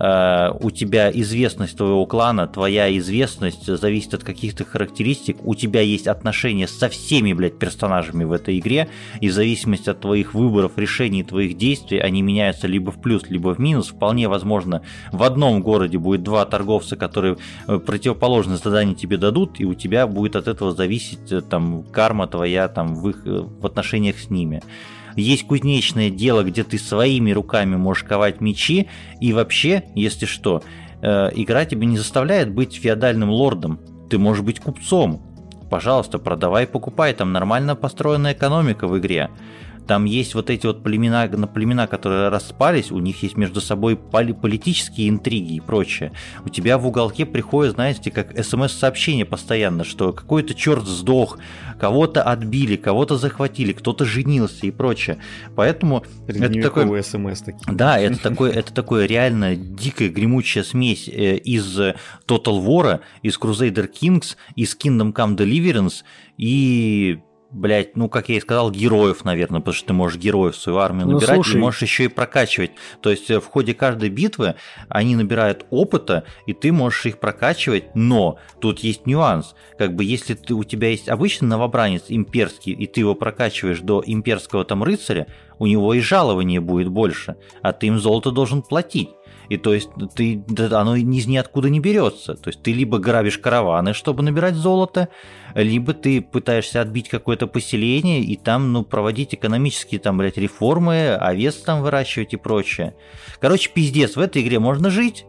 У тебя известность твоего клана, твоя известность зависит от каких-то характеристик. У тебя есть отношения со всеми, блядь, персонажами в этой игре, и в зависимости от твоих выборов, решений, твоих действий, они меняются либо в плюс, либо в минус. Вполне возможно, в одном городе будет два торговца, которые противоположные задания тебе дадут, и у тебя будет от этого зависеть там карма твоя там в отношениях с ними. Есть кузнечное дело, где ты своими руками можешь ковать мечи, и вообще, если что, игра тебя не заставляет быть феодальным лордом, ты можешь быть купцом. Пожалуйста, продавай, покупай, там нормально построенная экономика в игре. Там есть вот эти вот племена, которые распались, у них есть между собой политические интриги и прочее. У тебя в уголке приходит, знаете, как смс-сообщение постоянно, что какой-то черт сдох, кого-то отбили, кого-то захватили, кто-то женился и прочее. Поэтому это такой... СМС такие. Да, это такое реально дикая гремучая смесь из Total War, из Crusader Kings, из Kingdom Come Deliverance и... Блять, ну, как я и сказал, героев, наверное, потому что ты можешь героев в свою армию набирать, слушай, и можешь еще и прокачивать. То есть в ходе каждой битвы они набирают опыта, и ты можешь их прокачивать, но тут есть нюанс. Как бы если у тебя есть обычный новобранец имперский, и ты его прокачиваешь до имперского там рыцаря, у него и жалование будет больше, а ты им золото должен платить. И то есть оно из ниоткуда не берется. То есть ты либо грабишь караваны, чтобы набирать золото, либо ты пытаешься отбить какое-то поселение и там, проводить экономические там, блядь, реформы, овец там выращивать и прочее. Короче, пиздец, в этой игре можно жить.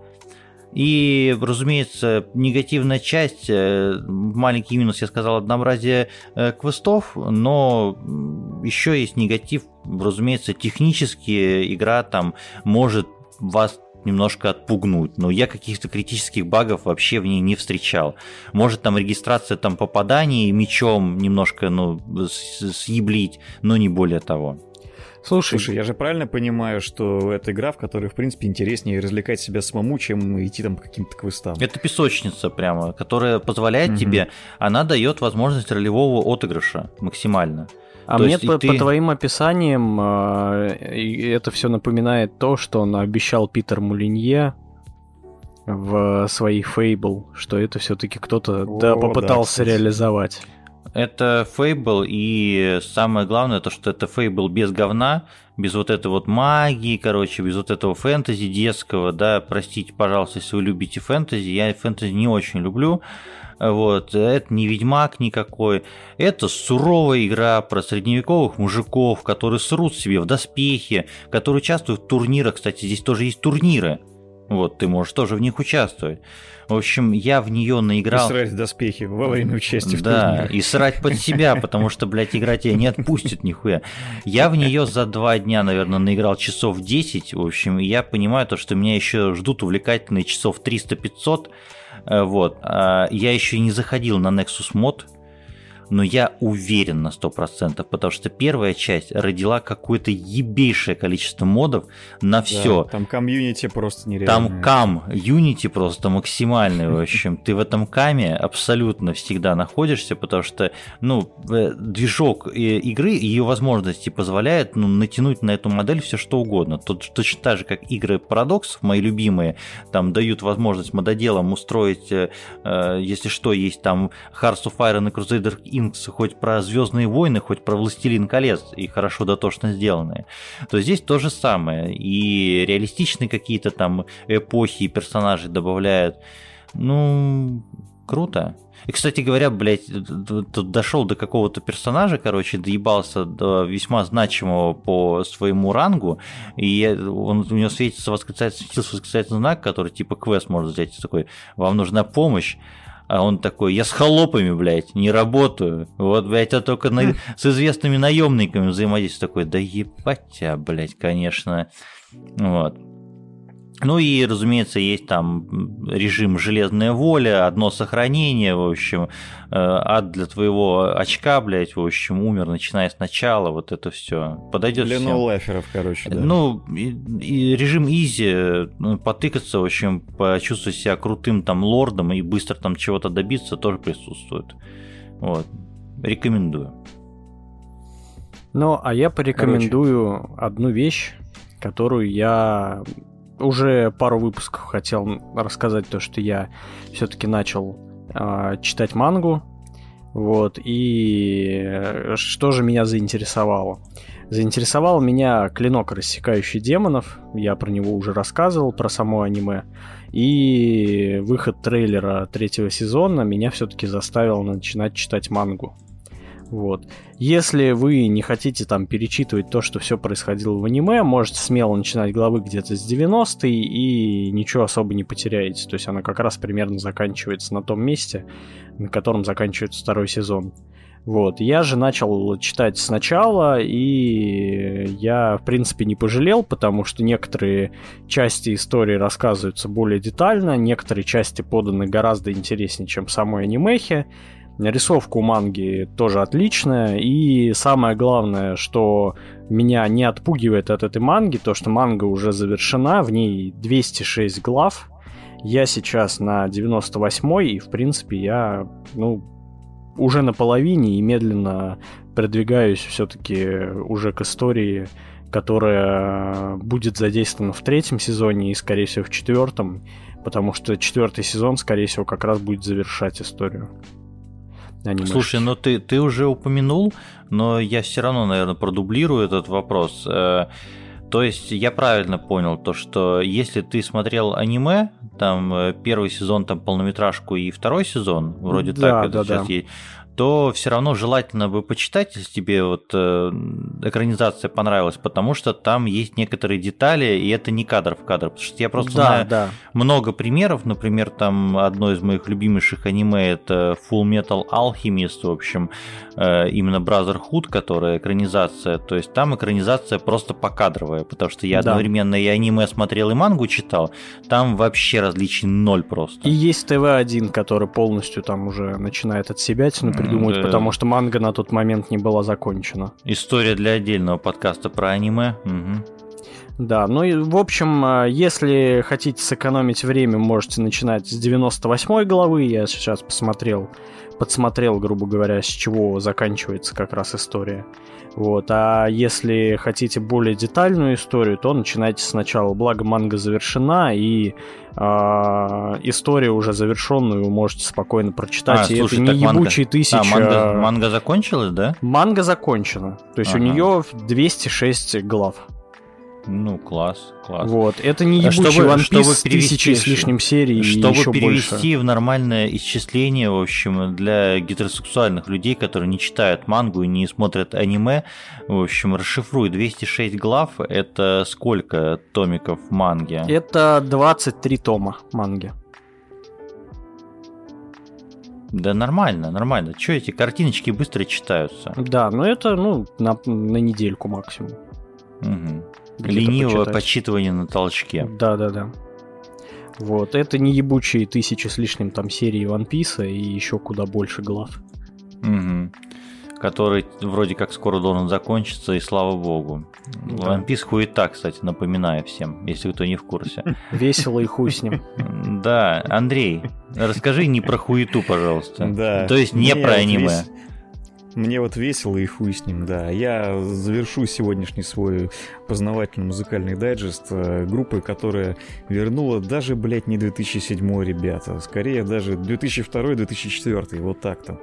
И, разумеется, негативная часть, маленький минус, я сказал, однообразие квестов, но еще есть негатив, разумеется, технически игра там может вас немножко отпугнуть, но я каких-то критических багов вообще в ней не встречал. Может там регистрация там попаданий мечом немножко, съеблить, но не более того. Слушай, я же правильно понимаю, что это игра, в которой, в принципе, интереснее развлекать себя самому, чем идти там по каким-то квестам. Это песочница прямо, которая позволяет тебе, она дает возможность ролевого отыгрыша максимально. А мне по твоим описаниям это все напоминает то, что он обещал Питер Мулинье в своей Fable, что это все-таки кто-то попытался реализовать. Это Fable, и самое главное, то, что это Fable без говна, без вот этой вот магии, без вот этого фэнтези детского, да, простите, пожалуйста, если вы любите фэнтези, я фэнтези не очень люблю, вот, это не Ведьмак никакой, это суровая игра про средневековых мужиков, которые срут себе в доспехи, которые участвуют в турнирах, кстати, здесь тоже есть турниры, вот, ты можешь тоже в них участвовать. В общем, я в нее наиграл... И срать доспехи во время участия в Да, турнире. и срать под себя, потому что, блядь, игра тебя не отпустит нихуя. Я в нее за 2 дня, наверное, наиграл часов 10. В общем, я понимаю то, что меня еще ждут увлекательные часов 300-500. Вот. Я еще не заходил на Nexus Mod, но я уверен на 100%, потому что первая часть родила какое-то ебейшее количество модов на все. Да, там комьюнити просто нереально. Там комьюнити просто максимальный, в общем. Ты в этом каме абсолютно всегда находишься, потому что, движок игры, ее возможности позволяют натянуть на эту модель все что угодно. Точно так же, как игры Paradox, мои любимые, там дают возможность мододелам устроить, если что, есть там Hearts of Iron и Crusader Inks хоть про «Звездные войны», хоть про «Властелин колец», и хорошо дотошно сделанные, то здесь то же самое. И реалистичные какие-то там эпохи и персонажи добавляют. Ну, круто. И, кстати говоря, блядь, тут дошел до какого-то персонажа, короче, доебался до весьма значимого по своему рангу, и у него светился восклицательный знак, который типа квест может взять, такой: вам нужна помощь. А он такой: я с холопами, блядь, не работаю. Вот, блядь, я только с известными наемниками взаимодействую. Такой: да ебать тебя, блядь, конечно. Вот. Ну и, разумеется, есть там режим «Железная воля», одно сохранение, в общем, ад для твоего очка, блядь, в общем, умер, начиная сначала, вот это все подойдет для всем. ноулайферов, короче, да. Ну, и режим изи, потыкаться, в общем, почувствовать себя крутым там лордом и быстро там чего-то добиться тоже присутствует. Вот. Рекомендую. Ну, а я порекомендую одну вещь, которую я уже пару выпусков хотел рассказать, то, что я все-таки начал читать мангу. Вот, и что же меня заинтересовало? Заинтересовал меня «Клинок, рассекающий демонов». Я про него уже рассказывал, про само аниме. И выход трейлера 3-го сезона меня все-таки заставил начинать читать мангу. Вот. Если вы не хотите там перечитывать то, что все происходило в аниме, можете смело начинать главы где-то с 90-й и ничего особо не потеряете. То есть она как раз примерно заканчивается на том месте, на котором заканчивается 2-й сезон. Вот. Я же начал читать сначала, и я, в принципе, не пожалел, потому что некоторые части истории рассказываются более детально, некоторые части поданы гораздо интереснее, чем в самой анимехе. Рисовка у манги тоже отличная, и самое главное, что меня не отпугивает от этой манги, то, что манга уже завершена, в ней 206 глав, я сейчас на 98-й, и, в принципе, я, уже на половине и медленно продвигаюсь все-таки уже к истории, которая будет задействована в 3-м сезоне и, скорее всего, в 4-м, потому что 4-й сезон, скорее всего, как раз будет завершать историю. Слушай, ты уже упомянул, но я все равно, наверное, продублирую этот вопрос. То есть я правильно понял то, что если ты смотрел аниме, там 1-й сезон, там полнометражку и 2-й сезон, вроде так это сейчас есть, то все равно желательно бы почитать, если тебе вот экранизация понравилась, потому что там есть некоторые детали, и это не кадр в кадр. Потому что я просто знаю много примеров. Например, там одно из моих любимейших аниме — это Full Metal Alchemist, в общем, именно Brotherhood, которая экранизация. То есть там экранизация просто покадровая, потому что я одновременно и аниме смотрел, и мангу читал. Там вообще различий ноль просто. И есть ТВ-1, который полностью там уже начинает от себя придумывать, потому что манга на тот момент не была закончена. История для отдельного подкаста про аниме. Угу. Да, ну и в общем, если хотите сэкономить время, можете начинать с 98-й главы. Я сейчас подсмотрел, грубо говоря, с чего заканчивается как раз история. Вот. А если хотите более детальную историю, то начинайте сначала. Благо манга завершена, и историю уже завершенную вы можете спокойно прочитать. И слушай, это не ебучие тысячи. Манга закончилась, да? Манга закончена. То есть у нее 206 глав. Ну, класс. Вот, это не ебучий One Piece с 1000 с лишним серий. Чтобы перевести в нормальное исчисление, в общем, для гетеросексуальных людей, которые не читают мангу и не смотрят аниме, в общем, расшифруй, 206 глав, это сколько томиков манги? Это 23 тома манги. Да нормально. Чё эти картиночки быстро читаются? Да, но это, на недельку максимум. Угу. Ленивое почитывание на толчке. Да. Вот, это не ебучие 1000 с лишним там серий One Piece и еще куда больше глав. Угу. Который вроде как скоро должен закончиться, и слава богу. Да. One Piece хуета, кстати, напоминаю всем, если кто не в курсе. Весело и хуй с ним. Да, Андрей, расскажи не про хуету, пожалуйста. Да. То есть не про аниме. Мне вот весело и хуй с ним, да. Я завершу сегодняшний свой познавательный музыкальный дайджест группы, которая вернула даже, блядь, не 2007 ребята. Скорее даже 2002-2004, вот так-то.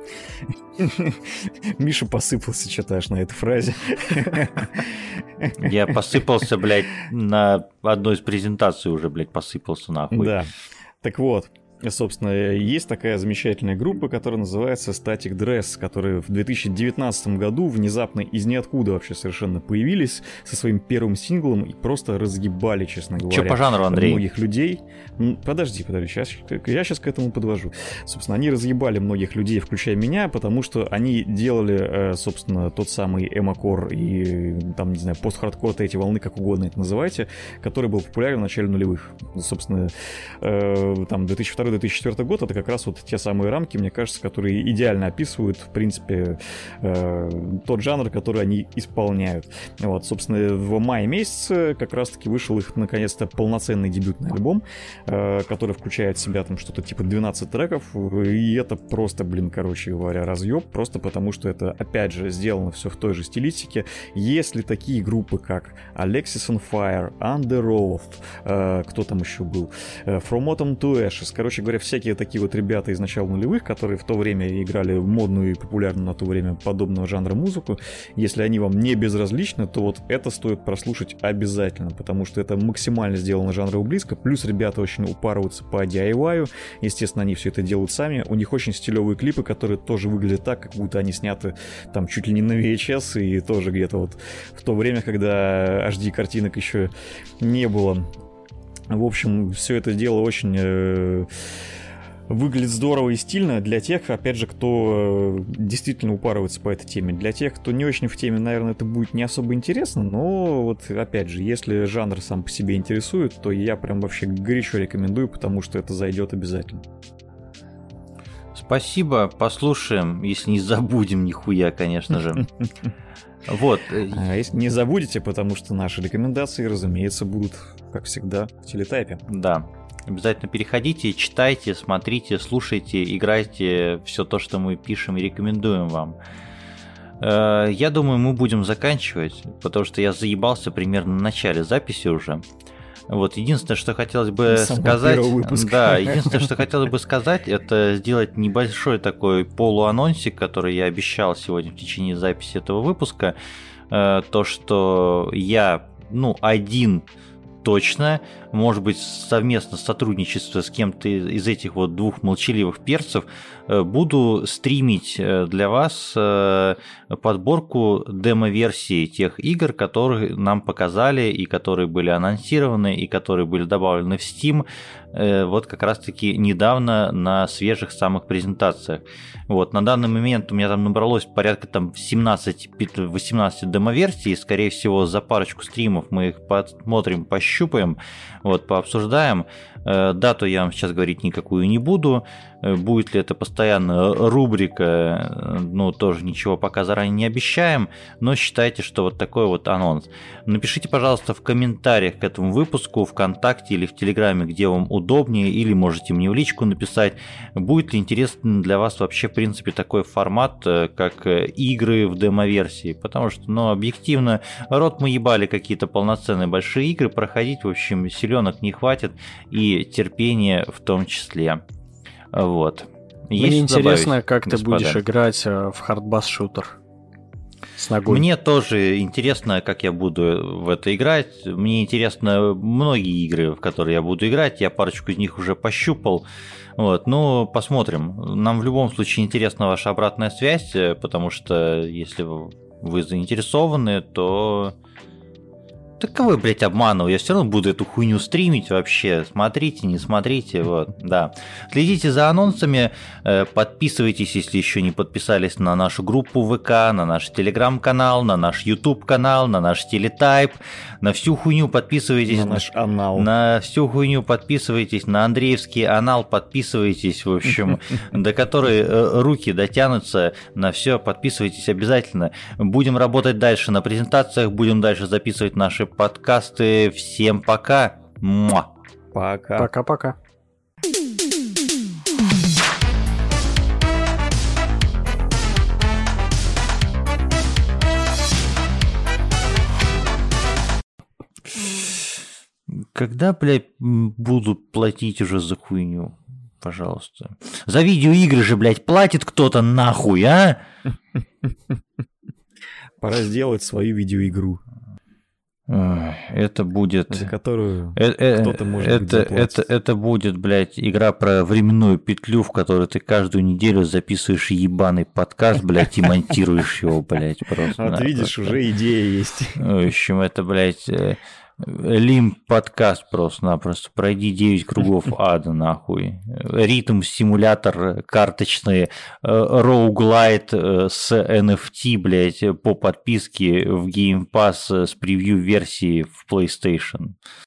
Миша посыпался что-то аж на этой фразе. Я посыпался, блядь, на одной из презентаций уже, блядь, посыпался нахуй. Да. Так вот, собственно, есть такая замечательная группа, которая называется Static Dress, которые в 2019 году внезапно из ниоткуда вообще совершенно появились со своим первым синглом и просто разъебали, честно говоря. Че по жанру, Андрей? Многих людей. Подожди, я сейчас к этому подвожу. Собственно, они разъебали многих людей, включая меня, потому что они делали, собственно, тот самый эмо-кор и, там, не знаю, пост-хардкор, третьей волны, как угодно это называйте, который был популярен в начале нулевых. Собственно, там, 2002-2004 год — это как раз вот те самые рамки, мне кажется, которые идеально описывают, в принципе, тот жанр, который они исполняют. Вот, собственно, в мае месяце как раз-таки вышел их, наконец-то, полноценный дебютный альбом, который включает в себя там что-то типа 12 треков, и это просто, блин, короче говоря, разъеб, просто потому что это, опять же, сделано все в той же стилистике. Если такие группы, как Alexis on Fire, Under Oath, кто там еще был, From Autumn to Ashes, короче говоря, всякие такие вот ребята из начала нулевых, которые в то время играли модную и популярную на то время подобного жанра музыку, если они вам не безразличны, то вот это стоит прослушать обязательно, потому что это максимально сделано жанрово близко, плюс ребята очень упарываются по DIY, естественно, они все это делают сами, у них очень стилевые клипы, которые тоже выглядят так, как будто они сняты там чуть ли не на VHS, и тоже где-то вот в то время, когда HD-картинок еще не было. В общем, все это дело очень выглядит здорово и стильно для тех, опять же, кто действительно упарывается по этой теме. Для тех, кто не очень в теме, наверное, это будет не особо интересно, но вот, опять же, если жанр сам по себе интересует, то я прям вообще горячо рекомендую, потому что это зайдет обязательно. Спасибо, послушаем, если не забудем нихуя, конечно же. Вот. А если не забудете, потому что наши рекомендации, разумеется, будут, как всегда, в телетайпе. Да. Обязательно переходите, читайте, смотрите, слушайте, играйте все то, что мы пишем и рекомендуем вам. Я думаю, мы будем заканчивать, потому что я заебался примерно в начале записи уже. Вот, единственное, что хотелось бы сказать, да, единственное, что хотелось бы сказать, это сделать небольшой такой полуанонсик, который я обещал сегодня в течение записи этого выпуска. То, что я, один точно, может быть, совместно сотрудничество с кем-то из этих вот двух молчаливых перцев, буду стримить для вас подборку демо-версий тех игр, которые нам показали и которые были анонсированы и которые были добавлены в Steam вот как раз-таки недавно на свежих самых презентациях. Вот, на данный момент у меня там набралось порядка там 17-18 демо-версий, и, скорее всего, за парочку стримов мы их посмотрим, пощупаем, вот, пообсуждаем. Дату я вам сейчас говорить никакую не буду. Будет ли это постоянно рубрика, тоже ничего пока заранее не обещаем, но считайте, что вот такой вот анонс. Напишите, пожалуйста, в комментариях к этому выпуску, ВКонтакте или в Телеграме, где вам удобнее, или можете мне в личку написать, будет ли интересен для вас вообще, в принципе, такой формат, как игры в демо-версии, потому что, объективно, рот мы ебали какие-то полноценные большие игры, проходить, в общем, силенок не хватит, и терпения в том числе. Вот. Мне интересно, как ты будешь играть в хардбас-шутер с ногой. Мне тоже интересно, как я буду в это играть. Мне интересно многие игры, в которые я буду играть. Я парочку из них уже пощупал. Вот, посмотрим. Нам в любом случае интересна ваша обратная связь, потому что если вы заинтересованы, то... Так кого я, блядь, обманываю? Я все равно буду эту хуйню стримить вообще. Смотрите, не смотрите, вот, да. Следите за анонсами, подписывайтесь, если еще не подписались, на нашу группу ВК, на наш Телеграм-канал, на наш YouTube-канал, на наш Телетайп. На всю хуйню подписывайтесь. На наш анал. На всю хуйню подписывайтесь, на Андреевский анал подписывайтесь, в общем, до которой руки дотянутся. На все подписывайтесь обязательно. Будем работать дальше на презентациях, будем дальше записывать наши подкасты. Всем пока. Муа. Пока. Пока-пока. Когда, блядь, буду платить уже за хуйню? Пожалуйста. За видеоигры же, блядь, платит кто-то нахуй, а? Пора сделать свою видеоигру. Это будет... За которую кто-то может быть заплатит. Это будет, блядь, игра про временную петлю, в которой ты каждую неделю записываешь ебаный подкаст, блядь, и монтируешь его, блядь, просто. Вот видишь, уже идея есть. В общем, это, блядь... Лим-подкаст просто-напросто. Пройди 9 кругов ада, нахуй. Ритм-симулятор карточный, роуглайт с NFT, блядь, по подписке в Game Pass с превью-версии в PlayStation.